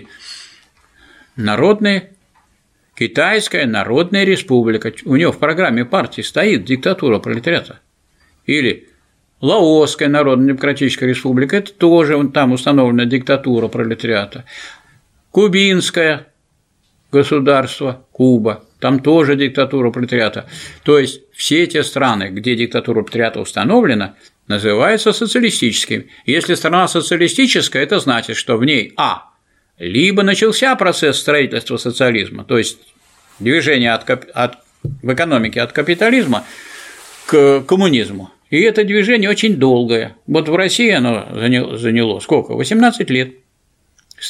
Китайская Народная Республика, у него в программе партии стоит диктатура пролетариата, или Лаосская Народно-Демократическая Республика, это тоже там установлена диктатура пролетариата, Кубинское государство, Куба, там тоже диктатура пролетариата. То есть все эти страны, где диктатура пролетариата установлена, называются социалистическими. Если страна социалистическая, это значит, что в ней либо начался процесс строительства социализма, то есть движение в экономике от капитализма к коммунизму, и это движение очень долгое. Вот в России оно заняло сколько? 18 лет. С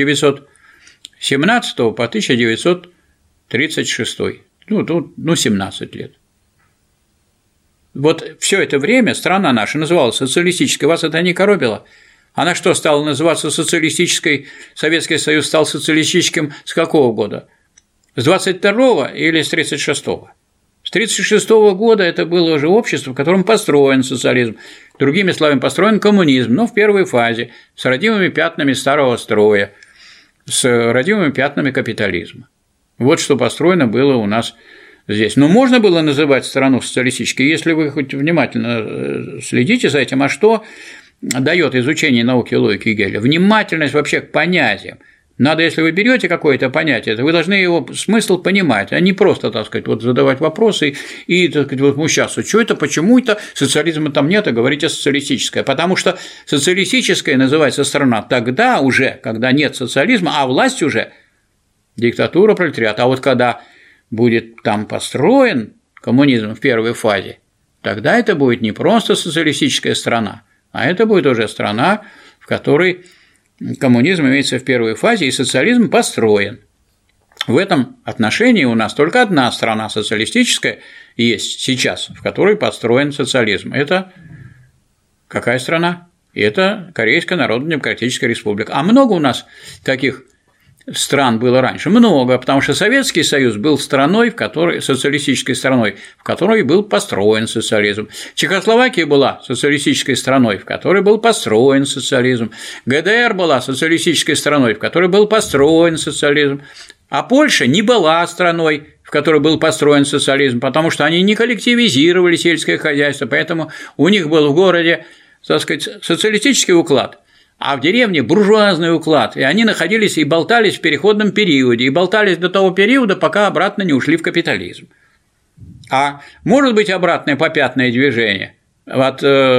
1917 по 1936. 17 лет. Вот все это время страна наша называлась социалистической, вас это не коробило? Она что, стала называться социалистической, Советский Союз стал социалистическим с какого года? С 22-го или с 36-го? С 1936 года это было уже общество, в котором построен социализм, другими словами, построен коммунизм, но в первой фазе, с родимыми пятнами старого строя, с родимыми пятнами капитализма. Вот что построено было у нас здесь. Но можно было называть страну социалистической, если вы хоть внимательно следите за этим, а что дает изучение науки логики Гегеля? Внимательность вообще к понятиям. Надо, если вы берете какое-то понятие, то вы должны его смысл понимать, а не просто, так сказать, вот задавать вопросы и так сказать, вот возмущаться, что это, почему это, социализма там нет, а говорите социалистическое, потому что социалистическая называется страна тогда уже, когда нет социализма, а власть уже диктатура пролетариата, а вот когда будет там построен коммунизм в первой фазе, тогда это будет не просто социалистическая страна, а это будет уже страна, в которой коммунизм имеется в первой фазе, и социализм построен. В этом отношении у нас только одна страна социалистическая есть сейчас, в которой построен социализм. Это какая страна? Это Корейская Народно-Демократическая Республика. А много у нас таких стран было раньше? Много, потому что Советский Союз был страной, социалистической страной, в которой был построен социализм. Чехословакия была социалистической страной, в которой был построен социализм. ГДР была социалистической страной, в которой был построен социализм. А Польша не была страной, в которой был построен социализм, потому что они не коллективизировали сельское хозяйство, поэтому у них был в городе, так сказать, социалистический уклад, а в деревне буржуазный уклад, и они находились и болтались в переходном периоде, и болтались до того периода, пока обратно не ушли в капитализм. А может быть обратное попятное движение от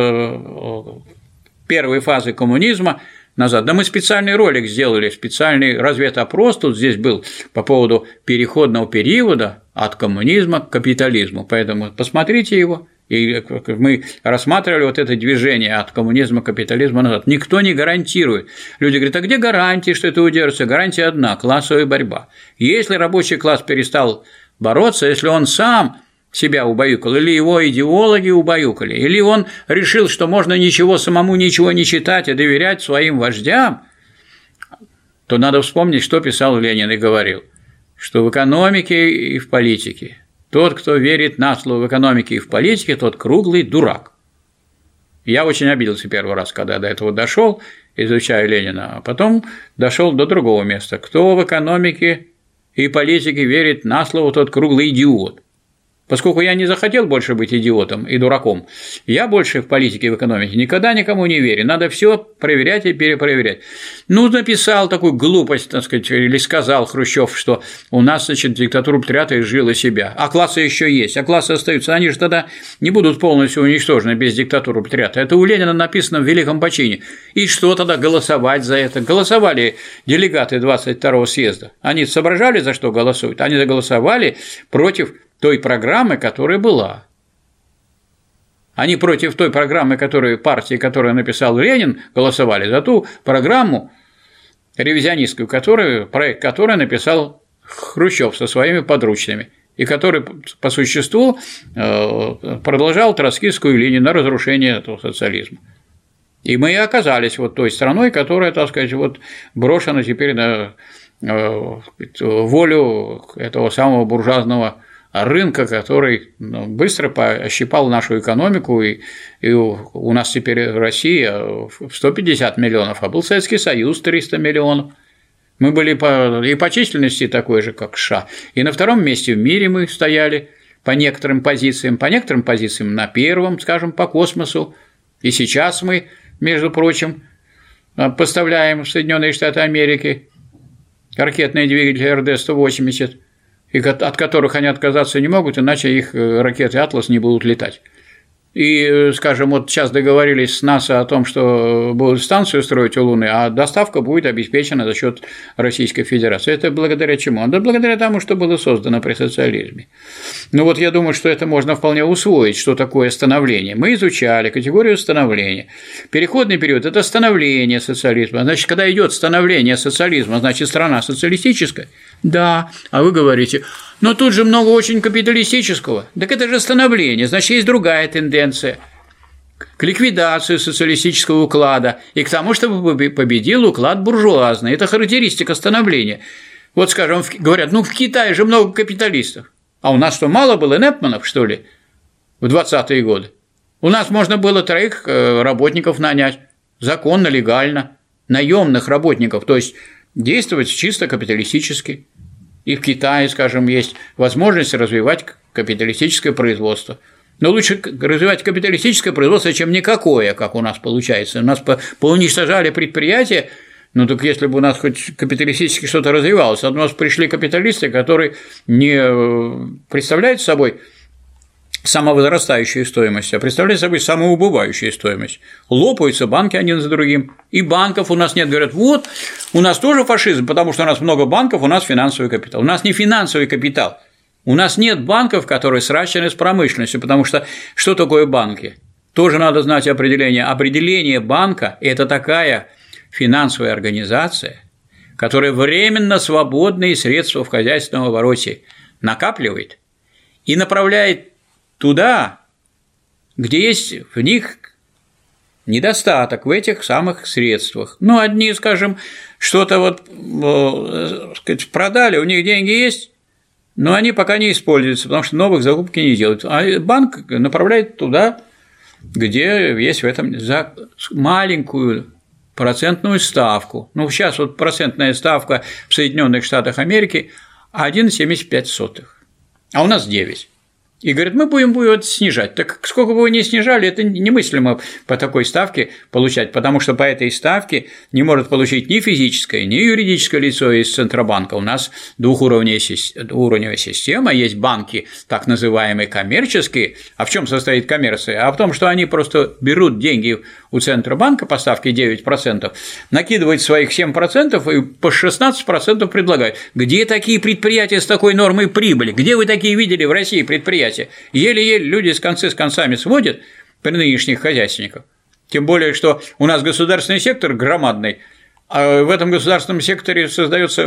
первой фазы коммунизма назад. Да мы специальный ролик сделали, специальный разведопрос тут здесь был по поводу переходного периода от коммунизма к капитализму, поэтому посмотрите его. И мы рассматривали вот это движение от коммунизма к капитализму назад. Никто не гарантирует. Люди говорят, а где гарантии, что это удержится? Гарантия одна – классовая борьба. Если рабочий класс перестал бороться, если он сам себя убаюкал, или его идеологи убаюкали, или он решил, что можно самому ничего не читать и доверять своим вождям, то надо вспомнить, что писал Ленин и говорил, что в экономике и в политике тот, кто верит на слово в экономике и в политике, тот круглый дурак. Я очень обиделся первый раз, когда до этого дошел, изучая Ленина, а потом дошел до другого места. Кто в экономике и политике верит на слово, тот круглый идиот. Поскольку я не захотел больше быть идиотом и дураком, я больше в политике и в экономике никогда никому не верю. Надо все проверять и перепроверять. Ну, написал такую глупость, так сказать, или сказал Хрущев, что у нас, значит, диктатура пролетариата изжила себя, а классы еще есть, а классы остаются. Они же тогда не будут полностью уничтожены без диктатуры пролетариата. Это у Ленина написано в великом почине. И что тогда голосовать за это? Голосовали делегаты 22-го съезда. Они соображали, за что голосуют? Они голосовали против той программы, которая была. Они против той программы, партии, которую написал Ленин, голосовали за ту программу ревизионистскую, проект которой написал Хрущев со своими подручными, и который по существу продолжал троцкистскую линию на разрушение этого социализма. И мы и оказались вот той страной, которая, так сказать, вот брошена теперь на волю этого самого буржуазного рынка, который быстро пощипал нашу экономику, и у нас теперь Россия в 150 миллионов, а был Советский Союз 300 миллионов. Мы были и по численности такой же, как США, и на втором месте в мире мы стояли по некоторым позициям на первом, скажем, по космосу, и сейчас мы, между прочим, поставляем в Соединенные Штаты Америки ракетные двигатели РД-180, от которых они отказаться не могут, иначе их ракеты «Атлас» не будут летать. И, скажем, вот сейчас договорились с НАСА о том, что будут станцию строить у Луны, а доставка будет обеспечена за счет Российской Федерации. Это благодаря чему? Да благодаря тому, что было создано при социализме. Ну вот я думаю, что это можно вполне усвоить, что такое становление. Мы изучали категорию становления. Переходный период – это становление социализма. Значит, когда идет становление социализма, значит, страна социалистическая? Да. А вы говорите, но тут же много очень капиталистического. Так это же становление, значит, есть другая тенденция к ликвидации социалистического уклада и к тому, чтобы победил уклад буржуазный. Это характеристика становления. Вот, скажем, говорят, в Китае же много капиталистов. А у нас что, мало было Непманов, что ли, в 20-е годы? У нас можно было 3 работников нанять, законно, легально, наемных работников, то есть действовать чисто капиталистически. И в Китае, скажем, есть возможность развивать капиталистическое производство. Но лучше развивать капиталистическое производство, чем никакое, как у нас получается. У нас поуничтожали предприятия, ну так если бы у нас хоть капиталистически что-то развивалось, а у нас пришли капиталисты, которые не представляют собой самовозрастающую стоимость, а представляют собой самоубывающую стоимость. Лопаются банки один за другим, и банков у нас нет. Говорят, вот, у нас тоже фашизм, потому что у нас много банков, у нас финансовый капитал. У нас не финансовый капитал, у нас нет банков, которые сращены с промышленностью, потому что что такое банки? Тоже надо знать определение. Определение банка – это такая финансовая организация, которая временно свободные средства в хозяйственном обороте накапливает и направляет туда, где есть в них недостаток в этих самых средствах. Ну, одни, скажем, что-то вот, сказать, продали, у них деньги есть, но они пока не используются, потому что новых закупки не делают. А банк направляет туда, где есть в этом за маленькую процентную ставку. Ну, сейчас вот процентная ставка в Соединенных Штатах Америки 1,75, а у нас 9. И говорят, мы будем его снижать. Так сколько бы вы ни снижали, это немыслимо по такой ставке получать, потому что по этой ставке не может получить ни физическое, ни юридическое лицо из Центробанка. У нас двухуровневая система, есть банки так называемые коммерческие. А в чем состоит коммерция? А в том, что они просто берут деньги у Центробанка по ставке 9%, накидывают своих 7% и по 16% предлагают. Где такие предприятия с такой нормой прибыли? Где вы такие видели в России предприятия? Еле-еле люди с концами сводят при нынешних хозяйственниках. Тем более, что у нас государственный сектор громадный, а в этом государственном секторе создается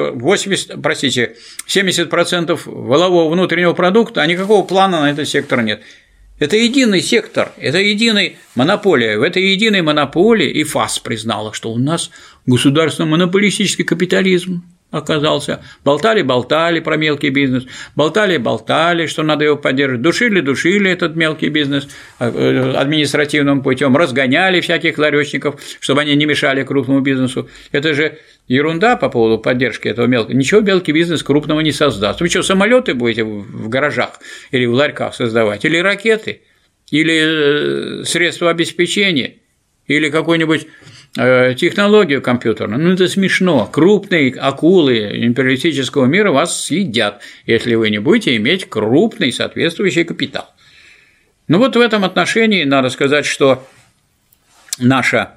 70% валового внутреннего продукта, а никакого плана на этот сектор нет. Это единый сектор, это единая монополия. В этой единой монополии и ФАС признала, что у нас государственно-монополистический капитализм оказался. Болтали про мелкий бизнес, болтали, что надо его поддерживать, душили этот мелкий бизнес административным путем, разгоняли всяких ларёчников, чтобы они не мешали крупному бизнесу. Это же ерунда по поводу поддержки этого мелкого. Ничего мелкий бизнес крупного не создаст. Вы что, самолеты будете в гаражах или в ларьках создавать, или ракеты, или средства обеспечения, или какой-нибудь технологию компьютерную? Ну, это смешно. Крупные акулы империалистического мира вас съедят, если вы не будете иметь крупный соответствующий капитал. Ну, вот в этом отношении надо сказать, что наша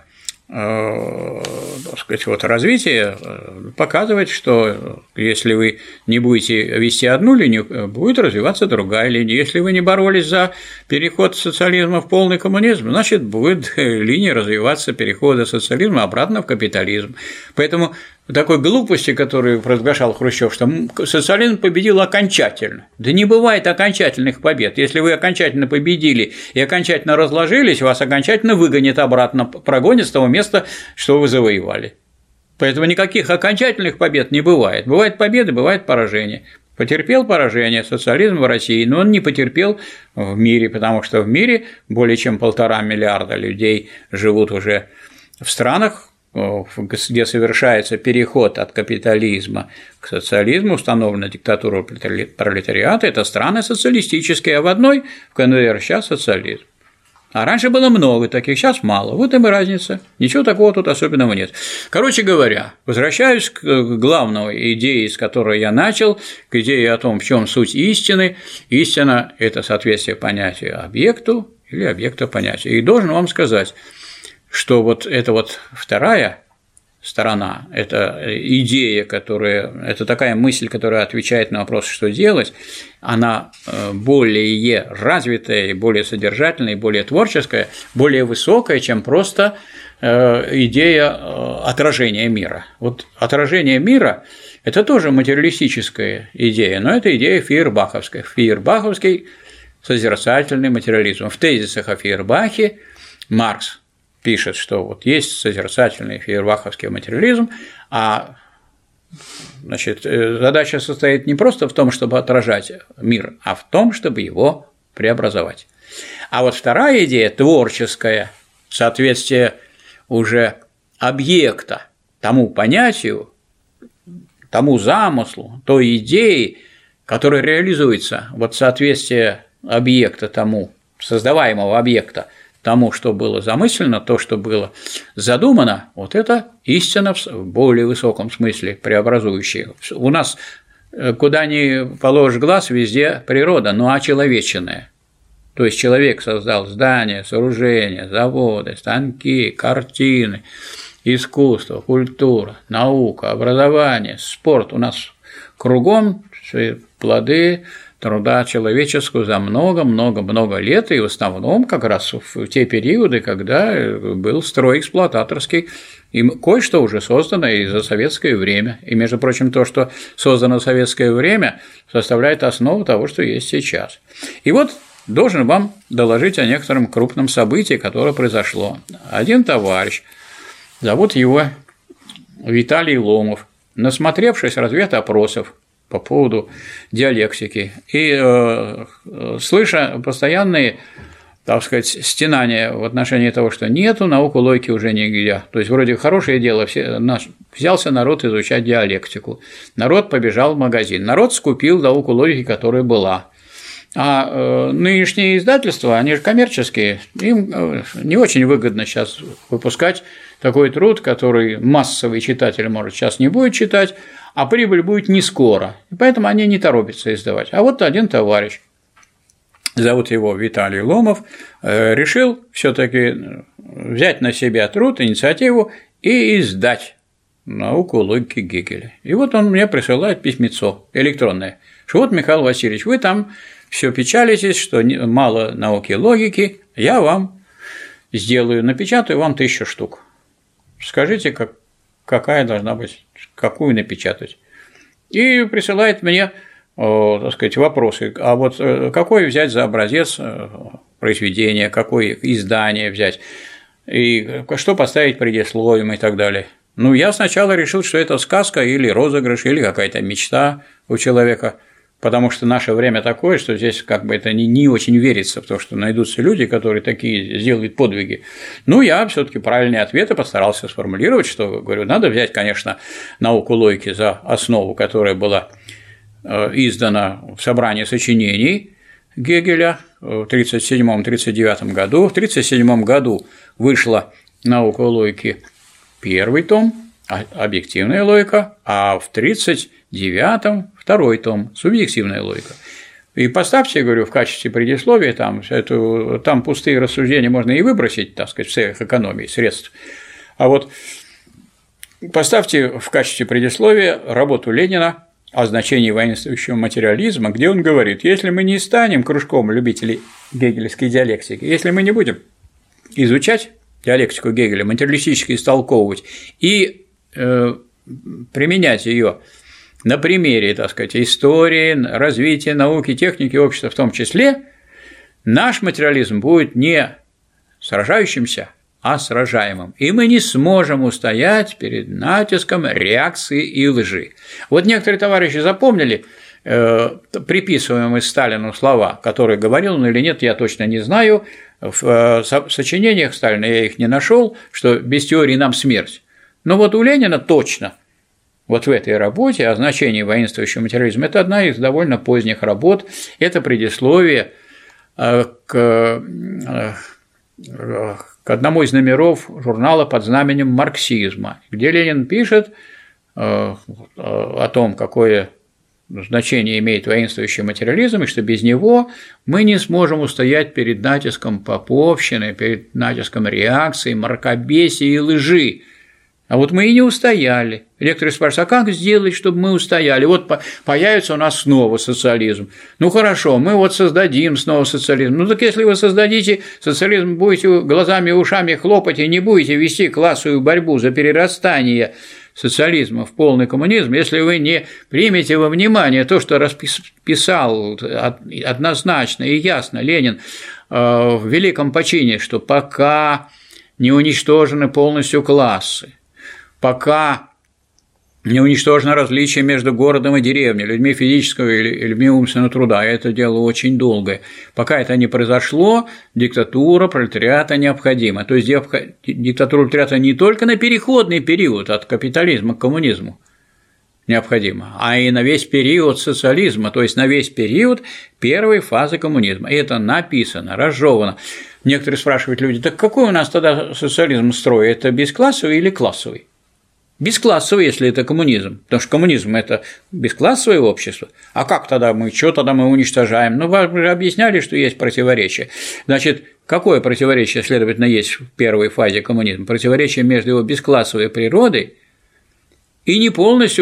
так сказать, вот развитие показывает, что если вы не будете вести одну линию, будет развиваться другая линия. Если вы не боролись за переход социализма в полный коммунизм, значит, будет линия развиваться перехода социализма обратно в капитализм. Поэтому такой глупости, которую провозглашал Хрущев, что социализм победил окончательно. Да не бывает окончательных побед. Если вы окончательно победили и окончательно разложились, вас окончательно выгонят обратно, прогонят с того места, что вы завоевали. Поэтому никаких окончательных побед не бывает. Бывают победы, бывает поражение. Потерпел поражение социализм в России, но он не потерпел в мире, потому что в мире более чем 1,5 миллиарда людей живут уже в странах, где совершается переход от капитализма к социализму, установлена диктатура пролетариата, это страны социалистические, а в одной в КНДР сейчас социализм. А раньше было много таких, сейчас мало. Вот им и разница. Ничего такого тут особенного нет. Короче говоря, возвращаюсь к главной идее, с которой я начал, к идее о том, в чем суть истины. Истина – это соответствие понятия объекту или объекта понятия. И должен вам сказать, что вот эта вот вторая сторона, это идея, это такая мысль, которая отвечает на вопрос, что делать, она более развитая, и более содержательная, и более творческая, более высокая, чем просто идея отражения мира. Вот отражение мира – это тоже материалистическая идея, но это идея фейербаховская. Фейербаховский созерцательный материализм. В тезисах о Фейербахе Маркс пишет, что вот есть созерцательный фейербаховский материализм, а значит, задача состоит не просто в том, чтобы отражать мир, а в том, чтобы его преобразовать. А вот вторая идея, творческая, соответствие уже объекта тому понятию, тому замыслу, той идее, которая реализуется, вот соответствие объекта тому, создаваемого объекта, тому, что было замыслено, то, что было задумано, вот это истина в более высоком смысле преобразующая. У нас куда ни положишь глаз, везде природа, но очеловеченная. То есть человек создал здания, сооружения, заводы, станки, картины, искусство, культура, наука, образование, спорт. У нас кругом плоды труда человеческого за много-много-много лет, и в основном как раз в те периоды, когда был строй эксплуататорский, и кое-что уже создано и за советское время. И, между прочим, то, что создано в советское время, составляет основу того, что есть сейчас. И вот должен вам доложить о некотором крупном событии, которое произошло. Один товарищ, зовут его Виталий Ломов, насмотревшись разведопросов по поводу диалектики и слыша постоянные, так сказать, стенания в отношении того, что нету, науку логики уже нигде. То есть вроде хорошее дело, взялся народ изучать диалектику, народ побежал в магазин, народ скупил науку логики, которая была. А нынешние издательства, они же коммерческие, им не очень выгодно сейчас выпускать такой труд, который массовый читатель, может, сейчас не будет читать, а прибыль будет не скоро, и поэтому они не торопятся издавать. А вот один товарищ, зовут его Виталий Ломов, решил все-таки взять на себя труд, инициативу и издать науку логики Гегеля. И вот он мне присылает письмецо электронное, что вот, Михаил Васильевич, вы там все печалитесь, что мало науки логики, я вам сделаю, напечатаю вам 1000 штук. Скажите, какая должна быть, какую напечатать. И присылает мне, так сказать, вопросы, а вот какой взять за образец произведения, какое издание взять, и что поставить предисловием и так далее. Ну, я сначала решил, что это сказка или розыгрыш, или какая-то мечта у человека, потому что наше время такое, что здесь как бы это не очень верится в то, что найдутся люди, которые такие сделают подвиги. Ну, я все-таки правильные ответы постарался сформулировать, что, говорю, надо взять, конечно, науку логики за основу, которая была издана в собрании сочинений Гегеля в 1937-1939 году. В 1937 году вышла наука логики первый том, объективная логика, а в 1939-м второй том, субъективная логика. И поставьте, говорю, в качестве предисловия, там пустые рассуждения можно и выбросить, так сказать, в целях экономии средств. А вот поставьте в качестве предисловия работу Ленина о значении воинствующего материализма, где он говорит: если мы не станем кружком любителей гегелевской диалектики, если мы не будем изучать диалектику Гегеля, материалистически истолковывать и применять ее на примере, так сказать, истории, развития науки, техники, общества в том числе, наш материализм будет не сражающимся, а сражаемым. И мы не сможем устоять перед натиском реакции и лжи. Вот некоторые товарищи запомнили приписываемые Сталину слова, которые говорил он или нет, я точно не знаю. В сочинениях Сталина я их не нашел, что без теории нам смерть. Но вот у Ленина точно вот в этой работе о значении воинствующего материализма, это одна из довольно поздних работ, это предисловие к одному из номеров журнала под знаменем марксизма, где Ленин пишет о том, какое значение имеет воинствующий материализм, и что без него мы не сможем устоять перед натиском поповщины, перед натиском реакции, мракобесия и лжи. А вот мы и не устояли. Некоторые спрашивают: а как сделать, чтобы мы устояли? Вот появится у нас снова социализм. Ну хорошо, мы вот создадим снова социализм. Ну так если вы создадите социализм, будете глазами и ушами хлопать и не будете вести классовую борьбу за перерастание социализма в полный коммунизм, если вы не примете во внимание то, что расписал однозначно и ясно Ленин в великом почине, что пока не уничтожены полностью классы, пока не уничтожено различие между городом и деревней, людьми физического или людьми умственного труда, и это дело очень долгое. Пока это не произошло, диктатура пролетариата необходима. То есть диктатура пролетариата не только на переходный период от капитализма к коммунизму необходима, а и на весь период социализма, то есть на весь период первой фазы коммунизма. И это написано, разжевано. Некоторые спрашивают люди: так какой у нас тогда социализм строй? Это бесклассовый или классовый? Бесклассовый, если это коммунизм, потому что коммунизм – это бесклассовое общество. А как тогда мы, что тогда мы уничтожаем? Ну, вы же объясняли, что есть противоречие. Значит, какое противоречие, следовательно, есть в первой фазе коммунизма? Противоречие между его бесклассовой природой и не полностью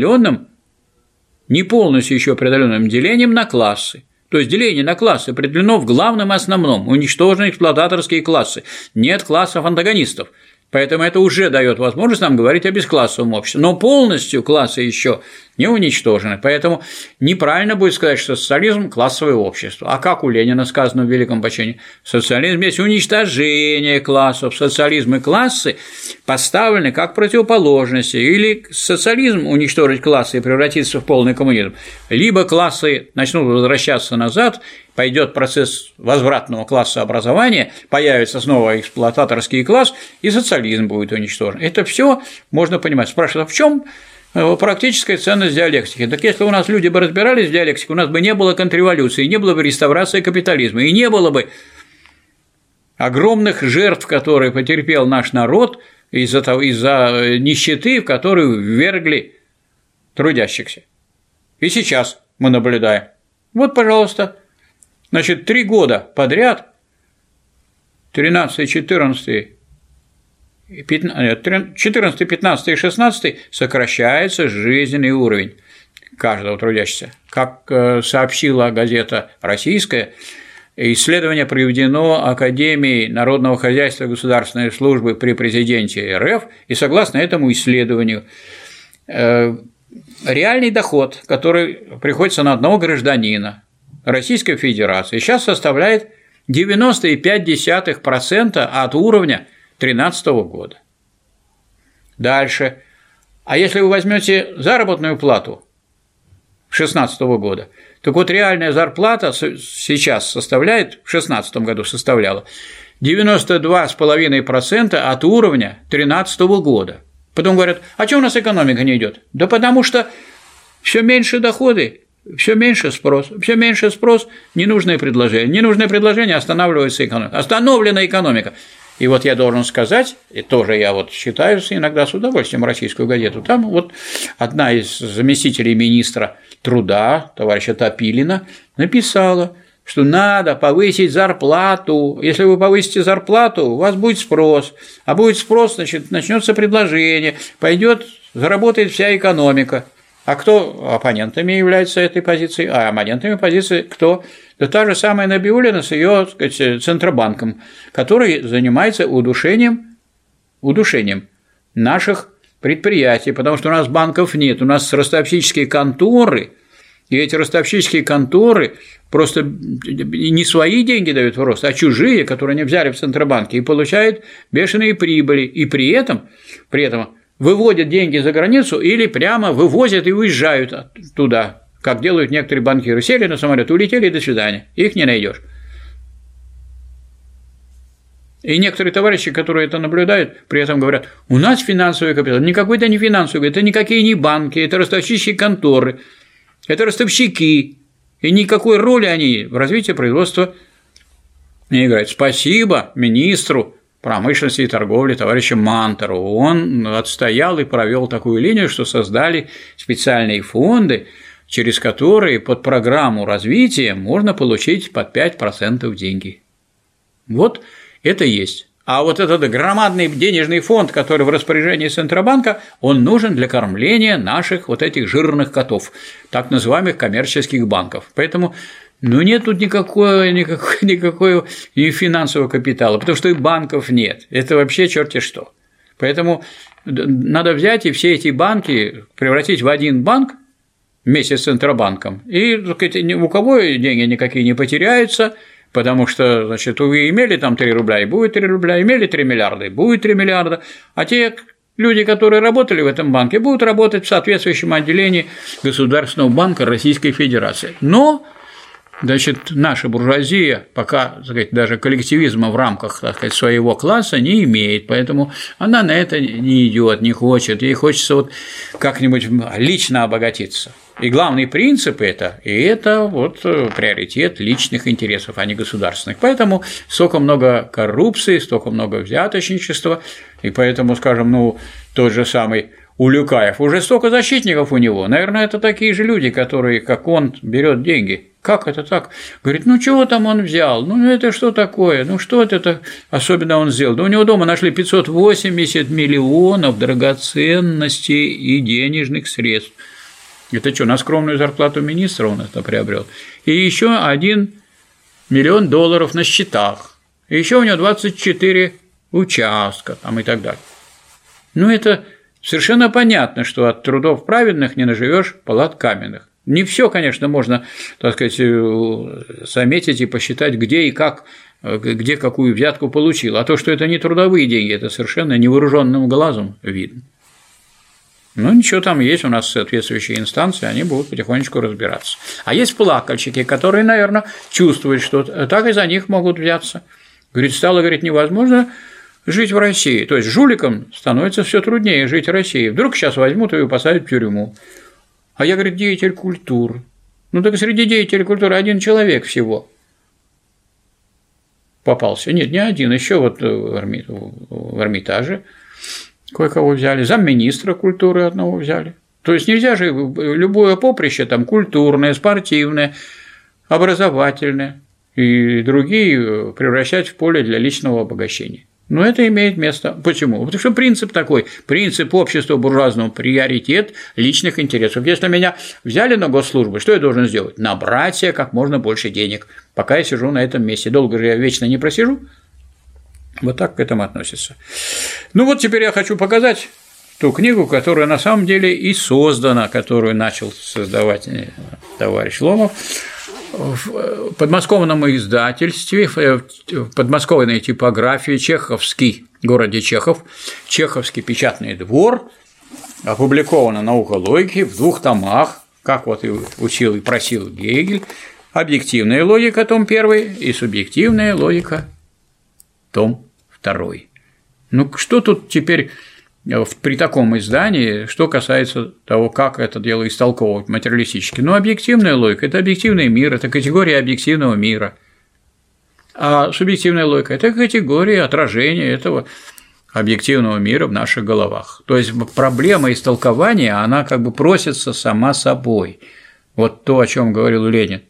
еще преодоленным делением на классы. То есть деление на классы определено в главном и основном – уничтожены эксплуататорские классы, нет классов антагонистов. Поэтому это уже дает возможность нам говорить о бесклассовом обществе. Но полностью классы еще не уничтожены. Поэтому неправильно будет сказать, что социализм – классовое общество. А как у Ленина сказано в великом почине? Социализм есть уничтожение классов. Социализм и классы поставлены как противоположности. Или социализм уничтожить классы и превратиться в полный коммунизм. Либо классы начнут возвращаться назад, пойдет процесс возвратного классообразования, появится снова эксплуататорский класс, и социализм будет уничтожен. Это все можно понимать. Спрашивают: а в чем практическая ценность диалектики? Так если у нас люди бы разбирались в диалектике, у нас бы не было контрреволюции, не было бы реставрации капитализма, и не было бы огромных жертв, которые потерпел наш народ из-за нищеты, в которую ввергли трудящихся. И сейчас мы наблюдаем. Вот, пожалуйста. Значит, 3 года подряд, 13, 14, 15 и 16 сокращается жизненный уровень каждого трудящегося. Как сообщила газета «Российская», исследование проведено Академией народного хозяйства и государственной службы при президенте РФ, и согласно этому исследованию реальный доход, который приходится на одного гражданина Российской Федерации, сейчас составляет 90,5% от уровня 2013 года. Дальше. А если вы возьмете заработную плату 2016 года, так вот реальная зарплата сейчас составляет, в 2016 году составляла 92,5% от уровня 2013 года. Потом говорят: а что у нас экономика не идет? Да потому что все меньше доходы. Все меньше спрос, ненужное предложение, останавливается экономика. Остановлена экономика. И вот я должен сказать, и тоже я вот считаю иногда с удовольствием «Российскую газету», там вот одна из заместителей министра труда, товарища Топилина, написала: что надо повысить зарплату. Если вы повысите зарплату, у вас будет спрос. А будет спрос, значит, начнется предложение, пойдет, заработает вся экономика. А кто оппонентами является этой позиции? А оппонентами позиции кто? Да та же самая Набиуллина с ее, так сказать, Центробанком, который занимается удушением наших предприятий, потому что у нас банков нет, у нас ростовщические конторы, и эти ростовщические конторы просто не свои деньги дают в рост, а чужие, которые они взяли в Центробанке, и получают бешеные прибыли, и при этом выводят деньги за границу или прямо вывозят и уезжают туда, как делают некоторые банкиры. Сели на самолет, улетели, и до свидания, их не найдешь. И некоторые товарищи, которые это наблюдают, при этом говорят: у нас финансовый капитал. Никакой это не финансовый, это никакие не банки, это ростовщические конторы, это ростовщики, и никакой роли они в развитии производства не играют. Спасибо министру промышленности и торговли товарищу Мантору. Он отстоял и провел такую линию, что создали специальные фонды, через которые под программу развития можно получить под 5% деньги. Вот это есть. А вот этот громадный денежный фонд, который в распоряжении Центробанка, он нужен для кормления наших вот этих жирных котов, так называемых коммерческих банков. Поэтому нет тут никакого и финансового капитала, потому что и банков нет. Это вообще черти что. Поэтому надо взять и все эти банки превратить в один банк вместе с Центробанком, и, так сказать, у кого деньги никакие не потеряются, потому что, значит, вы имели там 3 рубля, и будет 3 рубля, имели 3 миллиарда, и будет 3 миллиарда, а те люди, которые работали в этом банке, будут работать в соответствующем отделении Государственного банка Российской Федерации. Но, значит, наша буржуазия пока, так сказать, даже коллективизма в рамках, так сказать, своего класса не имеет, поэтому она на это не идет, не хочет, ей хочется вот как-нибудь лично обогатиться. И главный принцип это вот приоритет личных интересов, а не государственных. Поэтому столько много коррупции, столько много взяточничества, и поэтому, скажем, тот же самый Улюкаев, уже столько защитников у него, наверное, это такие же люди, которые, как он, берет деньги. Как это так? Говорит, чего там он взял? Это что такое? Что это особенно он сделал? Да у него дома нашли 580 миллионов драгоценностей и денежных средств. Это что, на скромную зарплату министра он это приобрел? И еще $1 миллион на счетах. И еще у него 24 участка там и так далее. Это совершенно понятно, что от трудов праведных не наживешь палат каменных. Не все, конечно, можно, так сказать, заметить и посчитать, где и как, где какую взятку получил. А то, что это не трудовые деньги, это совершенно невооруженным глазом видно. Ничего, там есть у нас соответствующие инстанции, они будут потихонечку разбираться. А есть плакальщики, которые, наверное, чувствуют, что так и за них могут взяться. Говорит, стало, невозможно жить в России. То есть жуликам становится все труднее жить в России. Вдруг сейчас возьмут и посадят в тюрьму. А я, деятель культуры. Так среди деятелей культуры один человек всего попался. Нет, не один, еще вот в Эрмитаже кое-кого взяли, замминистра культуры одного взяли. То есть нельзя же любое поприще, там, культурное, спортивное, образовательное и другие превращать в поле для личного обогащения. Но это имеет место. Почему? Потому что принцип такой, принцип общества буржуазного – приоритет личных интересов. Если меня взяли на госслужбу, что я должен сделать? Набрать себе как можно больше денег, пока я сижу на этом месте. Долго же я вечно не просижу. Вот так к этому относится. Теперь я хочу показать ту книгу, которая на самом деле и создана, которую начал создавать товарищ Ломов в подмосковном издательстве, в подмосковной типографии «Чеховский», в городе Чехов, «Чеховский печатный двор», опубликовано «Наука логики» в 2 томах, как вот и учил и просил Гегель, «Объективная логика», том 1, и «Субъективная логика», том 2. Что тут теперь при таком издании, что касается того, как это дело истолковывать материалистически? Объективная логика – это объективный мир, это категория объективного мира. А субъективная логика – это категория отражения этого объективного мира в наших головах. То есть проблема истолкования, она просится сама собой. Вот то, о чем говорил Ленин.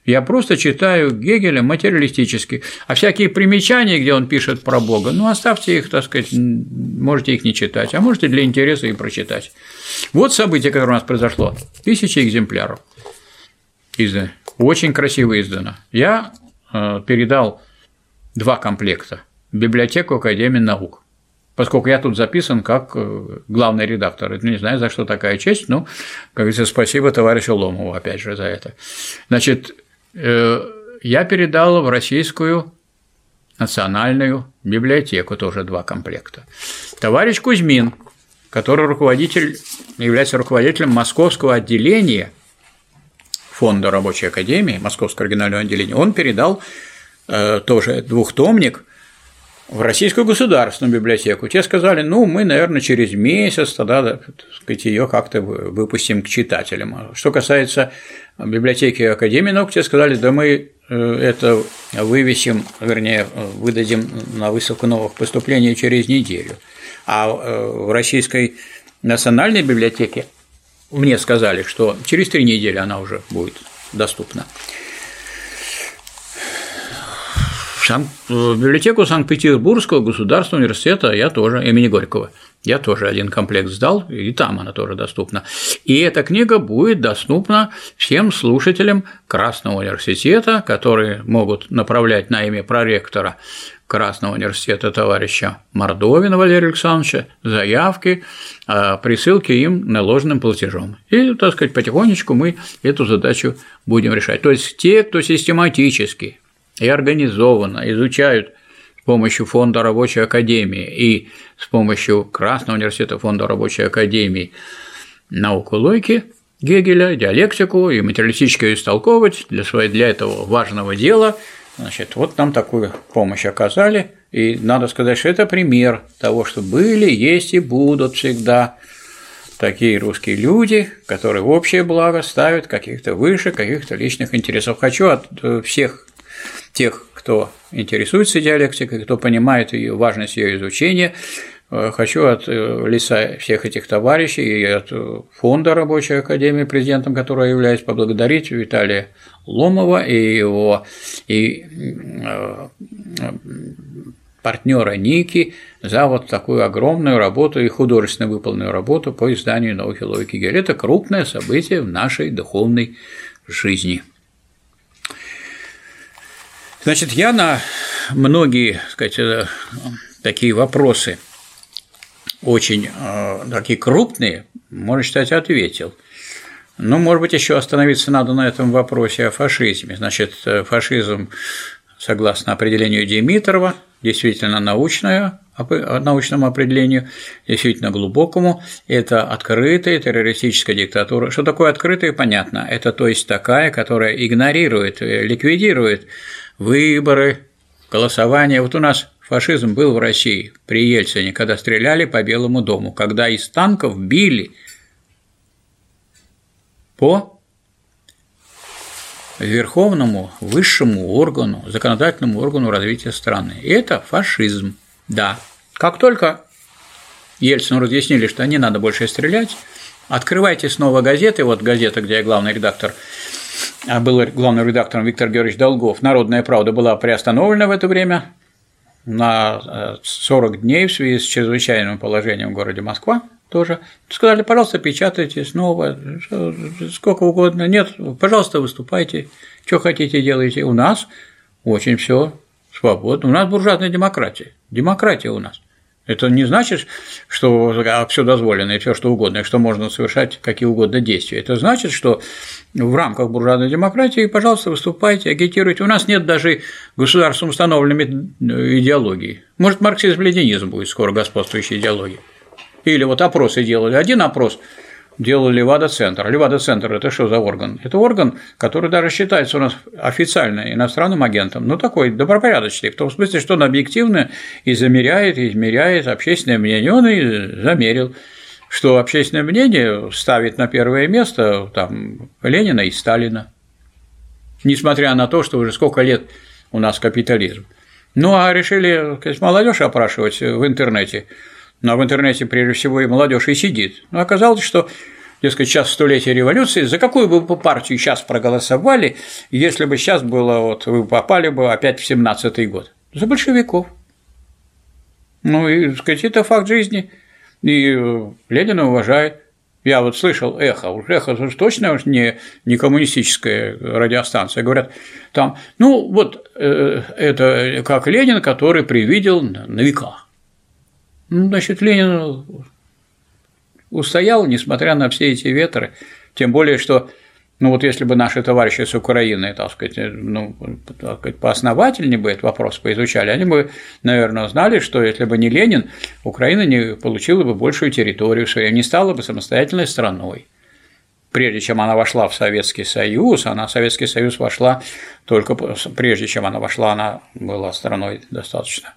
Я просто читаю Гегеля материалистически. А всякие примечания, где он пишет про Бога, ну, оставьте их, так сказать, можете их не читать, а можете для интереса и прочитать. Вот событие, которое у нас произошло. 1000 экземпляров. Очень красиво издано. Я передал 2 комплекта в библиотеку Академии наук, поскольку я тут записан как главный редактор. Не знаю, за что такая честь, но, как говорится, спасибо товарищу Ломову, опять же, за это. Значит, я передал в Российскую национальную библиотеку тоже 2 комплекта. Товарищ Кузьмин, который является руководителем московского отделения Фонда Рабочей Академии, Московского регионального отделения, он передал тоже 2-томник в Российскую государственную библиотеку. Те сказали, ну, мы, наверное, через месяц тогда, так сказать, ее как-то выпустим к читателям. Что касается библиотеки Академии наук, те сказали, да мы это вывесим, вернее, выдадим на выставку новых поступлений через неделю. А в Российской национальной библиотеке мне сказали, что через 3 недели она уже будет доступна. В библиотеку Санкт-Петербургского государственного университета имени Горького я тоже 1 комплект сдал, и там она тоже доступна. И эта книга будет доступна всем слушателям Красного университета, которые могут направлять на имя проректора Красного университета товарища Мордовина Валерия Александровича заявки о присылке им наложенным платежом. И, так сказать, потихонечку мы эту задачу будем решать. То есть те, кто систематически и организованно изучают с помощью Фонда Рабочей Академии и с помощью Красного университета Фонда Рабочей Академии науку логики Гегеля, диалектику и материалистически истолковывать для этого важного дела. Значит, вот нам такую помощь оказали, и надо сказать, что это пример того, что были, есть и будут всегда такие русские люди, которые в общее благо ставят каких-то выше каких-то личных интересов. Хочу от всех тех, кто интересуется диалектикой, кто понимает ее важность ее изучения, хочу от лица всех этих товарищей и от Фонда Рабочей Академии, президентом которого я являюсь, поблагодарить Виталия Ломова и его партнера Ники за вот такую огромную работу и художественно выполненную работу по изданию науки логики Гегеля. Это крупное событие в нашей духовной жизни. Значит, я на многие, так сказать, такие вопросы, очень такие крупные, можно считать, ответил. Но, может быть, еще остановиться надо на этом вопросе о фашизме. Значит, фашизм, согласно определению Димитрова, действительно научному определению, действительно глубокому, это открытая террористическая диктатура. Что такое открытая, понятно. Это, то есть, такая, которая игнорирует, ликвидирует выборы, голосование. Вот у нас фашизм был в России при Ельцине, когда стреляли по Белому дому, когда из танков били по верховному, высшему органу, законодательному органу развития страны. И это фашизм, да. Как только Ельцину разъяснили, что не надо больше стрелять, открывайте снова газеты, вот газета, где я главный редактор, а был главным редактором Виктор Георгиевич Долгов, «Народная правда» была приостановлена в это время на 40 дней в связи с чрезвычайным положением в городе Москва тоже. Сказали, пожалуйста, печатайте снова, сколько угодно, нет, пожалуйста, выступайте, что хотите делайте. У нас очень все свободно, у нас буржуазная демократия у нас. Это не значит, что все дозволено и все что угодно, и что можно совершать какие угодно действия. Это значит, что в рамках буржуазной демократии, пожалуйста, выступайте, агитируйте. У нас нет даже государством установленной идеологии. Может, марксизм-ленинизм будет скоро господствующей идеологией. Или вот опросы делали. Один опрос делал Левада-центр. Левада-центр – это что за орган? Это орган, который даже считается у нас официально иностранным агентом, но такой добропорядочный, в том смысле, что он объективно и замеряет, и измеряет общественное мнение. Он и замерил, что общественное мнение ставит на первое место там, Ленина и Сталина, несмотря на то, что уже сколько лет у нас капитализм. Ну, а решили, сказать, молодежь опрашивать в интернете. Но в интернете, прежде всего, и молодежь и сидит. Но оказалось, что дескать, сейчас столетие революции, за какую бы вы партию сейчас проголосовали, если бы сейчас было, вот вы попали бы опять в 17-й год? За большевиков. Ну, и, так сказать, это факт жизни, и Ленина уважает. Я вот слышал эхо уж точно не коммунистическая радиостанция, говорят, там, ну, вот это как Ленин, который предвидел на века. Ну, значит, Ленин устоял, несмотря на все эти ветры, тем более, что, ну, вот если бы наши товарищи с Украины, так сказать, поосновательнее бы этот вопрос поизучали, они бы, наверное, знали, что если бы не Ленин, Украина не получила бы большую территорию свою, не стала бы самостоятельной страной. Прежде чем она вошла в Советский Союз, она в Советский Союз вошла только прежде, чем она вошла, она была страной достаточно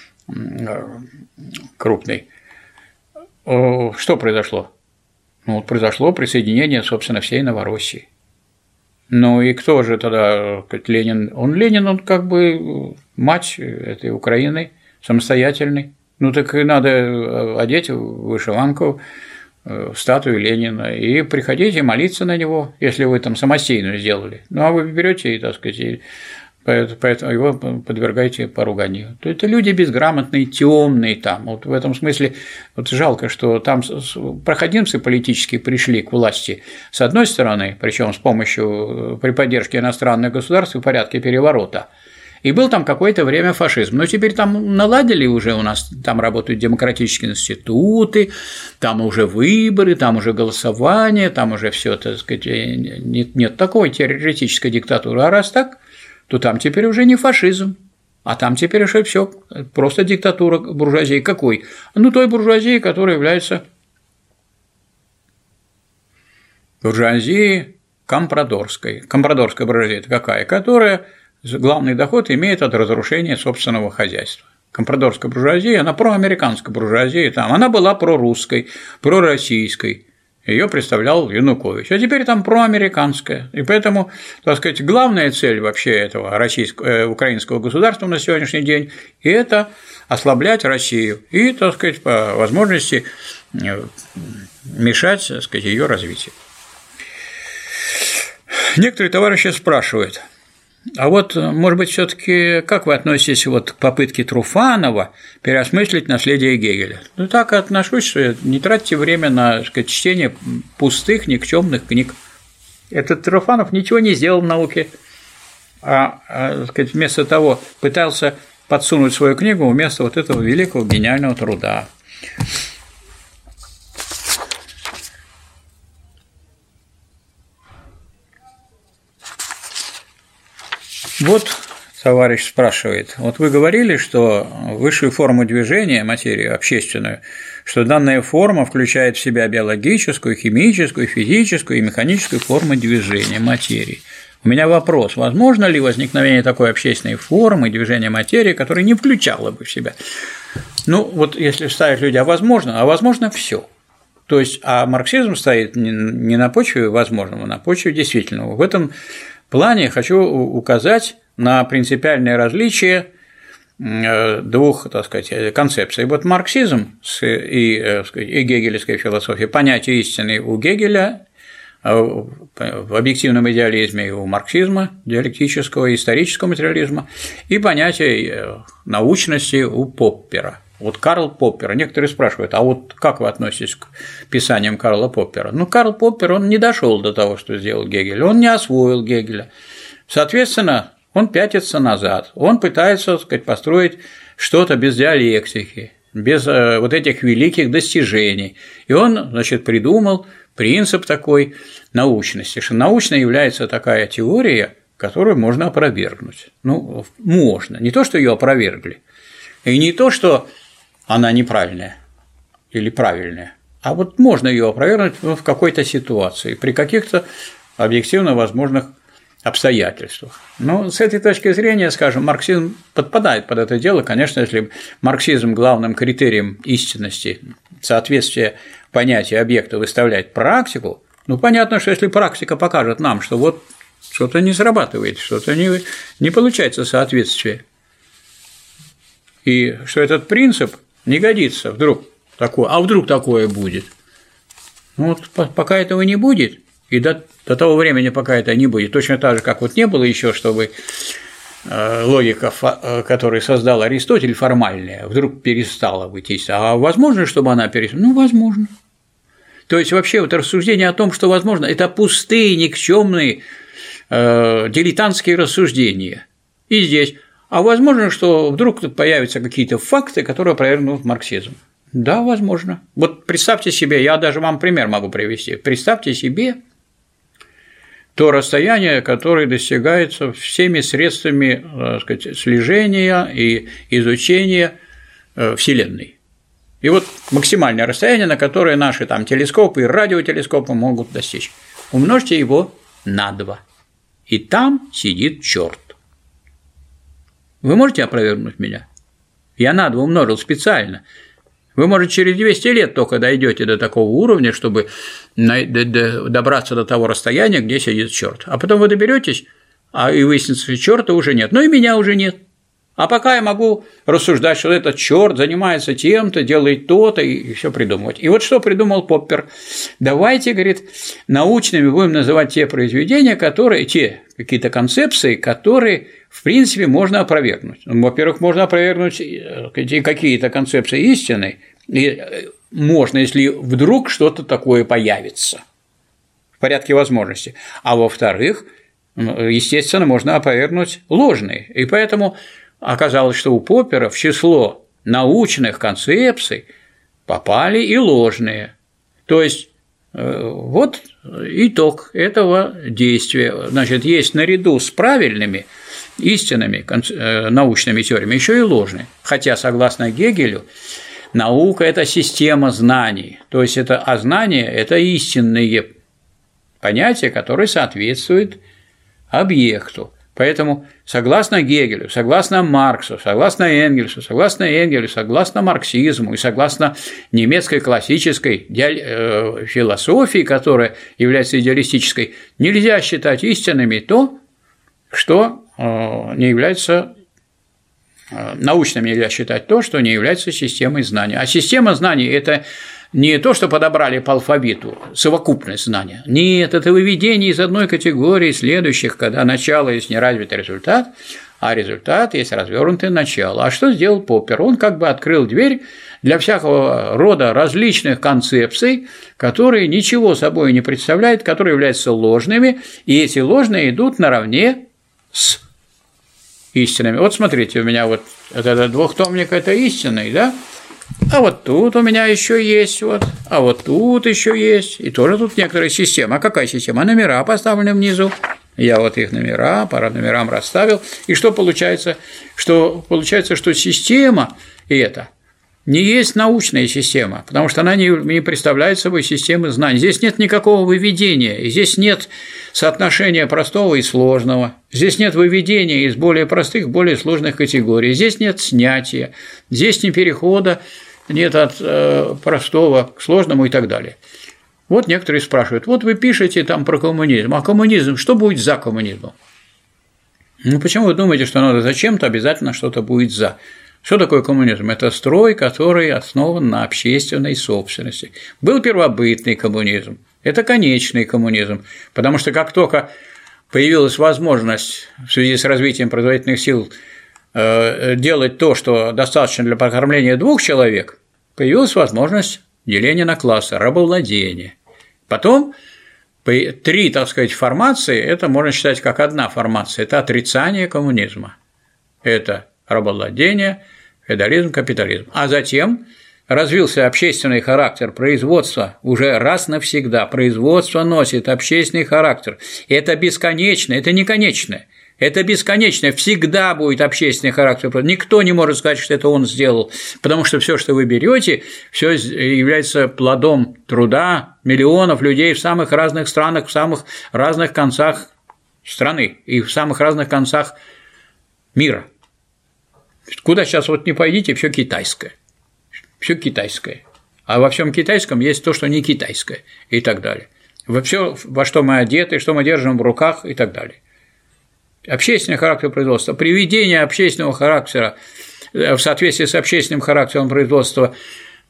крупной. Что произошло? Ну, вот произошло присоединение, собственно, всей Новороссии. Ну и кто же тогда, Ленин? Он как бы мать этой Украины, самостоятельный. Ну так и надо одеть вышиванку, статую Ленина и приходите молиться на него, если вы там самостийно сделали. Ну а вы берете и, так сказать, поэтому его подвергаете поруганию. То это люди безграмотные, темные там. Вот в этом смысле вот жалко, что там проходимцы политические пришли к власти с одной стороны, причем при поддержке иностранных государств в порядке переворота. И был там какое-то время фашизм. Но теперь там наладили уже у нас, там работают демократические институты, там уже выборы, там уже голосование, там уже все, так сказать, нет такой теоретической диктатуры. А раз так, то там теперь уже не фашизм, а там теперь уже все просто диктатура буржуазии. Какой? Ну, той буржуазии, которая является буржуазией компрадорской. Компрадорская буржуазия – это какая? Которая главный доход имеет от разрушения собственного хозяйства. Компрадорская буржуазия, она проамериканская буржуазия, там она была прорусской, пророссийской. Ее представлял Янукович, а теперь там проамериканская. И поэтому, так сказать, главная цель вообще этого украинского государства на сегодняшний день – это ослаблять Россию и, так сказать, по возможности мешать, так сказать, ее развитию. Некоторые товарищи спрашивают, а вот, может быть, все-таки как вы относитесь вот к попытке Труфанова переосмыслить наследие Гегеля? Ну, так и отношусь, что не тратьте время на, так сказать, чтение пустых, никчемных книг. Этот Труфанов ничего не сделал в науке, так сказать, вместо того пытался подсунуть свою книгу вместо вот этого великого гениального труда. Вот товарищ спрашивает, вот вы говорили, что высшую форму движения, материю общественную, что данная форма включает в себя биологическую, химическую, физическую и механическую формы движения материи. У меня вопрос, возможно ли возникновение такой общественной формы движения материи, которая не включала бы в себя? Ну, вот если ставят люди, а возможно все. То есть, а марксизм стоит не на почве возможного, а на почве действительного. В этом плане хочу указать на принципиальное различие двух, так сказать, концепций. Вот марксизм и гегелевская философия, понятие истины у Гегеля в объективном идеализме и у марксизма, диалектического и исторического материализма, и понятие научности у Поппера. Вот Карл Поппер, некоторые спрашивают, а вот как вы относитесь к писаниям Карла Поппера? Ну, Карл Поппер, он не дошел до того, что сделал Гегель, он не освоил Гегеля. Соответственно, он пятится назад, он пытается, так сказать, построить что-то без диалектики, без вот этих великих достижений. И он, значит, придумал принцип такой научности, что научной является такая теория, которую можно опровергнуть. Ну, можно, не то, что ее опровергли, и не то, что она неправильная или правильная, а вот можно ее опровергнуть в какой-то ситуации, при каких-то объективно возможных обстоятельствах. Но с этой точки зрения, скажем, марксизм подпадает под это дело. Конечно, если марксизм главным критерием истинности, соответствия понятия объекта выставляет практику, ну, понятно, что если практика покажет нам, что вот что-то не срабатывает, что-то не получается соответствие, и что этот принцип не годится вдруг такое, а вдруг такое будет, Ну, вот пока этого не будет, и до того времени, пока это не будет, точно так же, как вот не было еще, чтобы логика, которую создал Аристотель, формальная, вдруг перестала быть истинной. А возможно, чтобы она перестала? Ну, возможно. То есть, вообще, вот рассуждение о том, что возможно, это пустые, никчемные, дилетантские рассуждения. И здесь. А возможно, что вдруг появятся какие-то факты, которые опровергнут марксизм. Да, возможно. Вот представьте себе, я даже вам пример могу привести. Представьте себе то расстояние, которое достигается всеми средствами, так сказать, слежения и изучения Вселенной. И вот максимальное расстояние, на которое наши там телескопы и радиотелескопы могут достичь. Умножьте его на 2. И там сидит черт. Вы можете опровергнуть меня? Я на 2 умножил специально. Вы, может, через 200 лет только дойдете до такого уровня, чтобы добраться до того расстояния, где сидит черт. А потом вы доберетесь, и выяснится, что черта уже нет. Но и меня уже нет. А пока я могу рассуждать, что этот черт занимается тем-то, делает то-то и все придумывать. И вот что придумал Поппер. Давайте, говорит, научными будем называть те произведения, те какие-то концепции, которые, в принципе, можно опровергнуть. Во-первых, можно опровергнуть какие-то концепции истины, и можно, если вдруг что-то такое появится в порядке возможностей. А во-вторых, естественно, можно опровергнуть ложные. И поэтому оказалось, что у Поппера в число научных концепций попали и ложные. То есть, вот итог этого действия. Значит, есть наряду с правильными истинными научными теориями еще и ложные. Хотя, согласно Гегелю, наука – это система знаний. То есть, знания – это истинные понятия, которые соответствуют объекту. Поэтому, согласно Гегелю, согласно Марксу, согласно Энгельсу, согласно марксизму и согласно немецкой классической философии, которая является идеалистической, нельзя считать истинными то, что не является научным, нельзя считать то, что не является системой знаний. А система знаний – это не то, что подобрали по алфавиту, совокупность знания. Нет, это выведение из одной категории следующих, когда начало есть неразвитый результат, а результат есть развернутое начало. А что сделал Поппер? Он как бы открыл дверь для всякого рода различных концепций, которые ничего собой не представляют, которые являются ложными, и эти ложные идут наравне с истинными. Вот смотрите, у меня вот этот двухтомник – это истинный, да? А вот тут у меня еще есть, а вот тут еще есть, и тоже тут некоторая система. А какая система? Номера поставлены внизу. Я вот их номера, по номерам расставил. И что получается? Получается, что система эта не есть научная система, потому что она не представляет собой системы знаний. Здесь нет никакого выведения, и здесь нет соотношения простого и сложного, здесь нет выведения из более простых в более сложных категорий, здесь нет снятия, здесь не перехода, нет от простого к сложному и так далее. Вот некоторые спрашивают, вот вы пишете там про коммунизм, а коммунизм, что будет за коммунизмом? Ну, почему вы думаете, что надо зачем-то обязательно что-то будет за? Что такое коммунизм? Это строй, который основан на общественной собственности. Был первобытный коммунизм, это конечный коммунизм, потому что как только появилась возможность в связи с развитием производительных сил делать то, что достаточно для прокормления 2 человек, появилась возможность деления на классы, рабовладения. Потом 3, так сказать, формации, это можно считать как одна формация, это отрицание коммунизма. Это рабовладение, феодализм, капитализм. А затем развился общественный характер производства уже раз навсегда. Производство носит общественный характер. Это бесконечно, это не конечное. Это бесконечно, всегда будет общественный характер. Никто не может сказать, что это он сделал, потому что все, что вы берете, все является плодом труда миллионов людей в самых разных странах, в самых разных концах страны и в самых разных концах мира. Куда сейчас вот не пойдите, все китайское. Все китайское. А во всем китайском есть то, что не китайское, и так далее. Во все, во что мы одеты, что мы держим в руках, и так далее. Общественный характер производства, приведение общественного характера в соответствии с общественным характером производства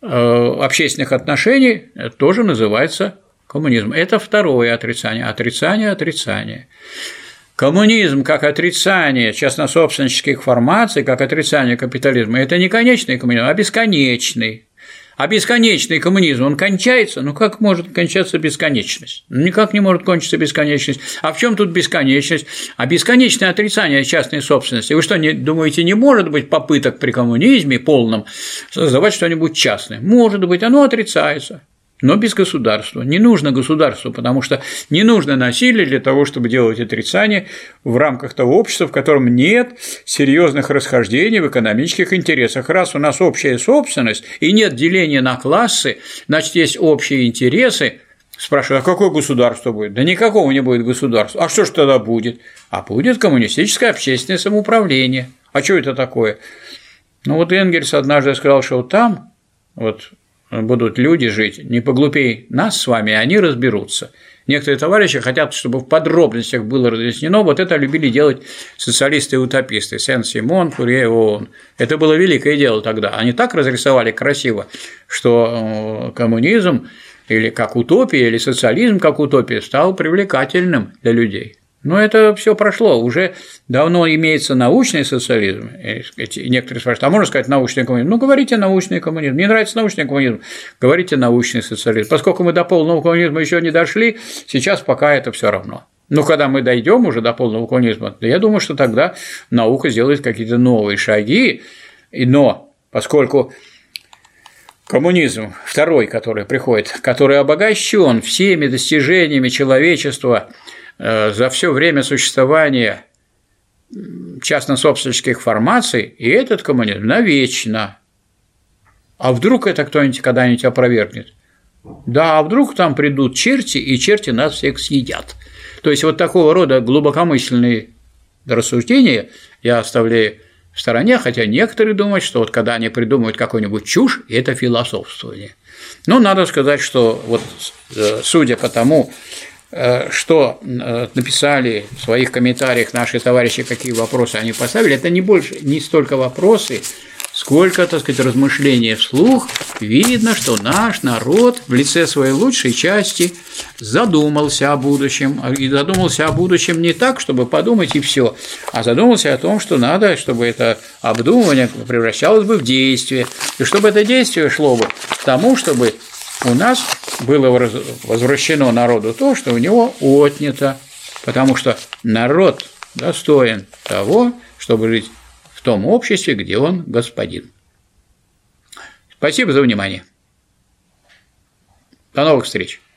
общественных отношений тоже называется коммунизм. Это второе отрицание. Отрицание. Коммунизм как отрицание частнособственнических формаций, как отрицание капитализма – это не конечный коммунизм, а бесконечный. А бесконечный коммунизм, он кончается? Ну как может кончаться бесконечность? Никак не может кончиться бесконечность. А в чем тут бесконечность? А бесконечное отрицание частной собственности. Вы что, думаете, не может быть попыток при коммунизме полном создавать что-нибудь частное? Может быть, оно отрицается. Но без государства. Не нужно государству, потому что не нужно насилие для того, чтобы делать отрицание в рамках того общества, в котором нет серьезных расхождений в экономических интересах. Раз у нас общая собственность и нет деления на классы, значит, есть общие интересы. Спрашивают, а какое государство будет? Да никакого не будет государства. А что ж тогда будет? А будет коммунистическое общественное самоуправление. А что это такое? Ну вот Энгельс однажды сказал, что там вот будут люди жить не поглупее нас с вами, они разберутся. Некоторые товарищи хотят, чтобы в подробностях было разъяснено, вот это любили делать социалисты и утописты, Сен-Симон, Фурье, ООН. Это было великое дело тогда. Они так разрисовали красиво, что коммунизм или как утопия, или социализм как утопия стал привлекательным для людей. Но это все прошло, уже давно имеется научный социализм. Некоторые спрашивают, а можно сказать научный коммунизм? Ну, говорите научный коммунизм. Мне нравится научный коммунизм, говорите научный социализм. Поскольку мы до полного коммунизма еще не дошли, сейчас пока это все равно. Но когда мы дойдем уже до полного коммунизма, я думаю, что тогда наука сделает какие-то новые шаги. Но поскольку коммунизм, второй, который приходит, который обогащен всеми достижениями человечества за все время существования частно-собственнических формаций, и этот коммунизм навечно. А вдруг это кто-нибудь когда-нибудь опровергнет? Да, а вдруг там придут черти, и черти нас всех съедят. То есть вот такого рода глубокомысленные рассуждения я оставляю в стороне, хотя некоторые думают, что вот когда они придумают какую-нибудь чушь, это философствование. Но надо сказать, что вот судя по тому, что написали в своих комментариях наши товарищи, какие вопросы они поставили, это не столько вопросы, сколько, так сказать, размышления вслух. Видно, что наш народ в лице своей лучшей части задумался о будущем. И задумался о будущем не так, чтобы подумать и все, а задумался о том, что надо, чтобы это обдумывание превращалось бы в действие, и чтобы это действие шло бы к тому, чтобы у нас было возвращено народу то, что у него отнято, потому что народ достоин того, чтобы жить в том обществе, где он господин. Спасибо за внимание. До новых встреч.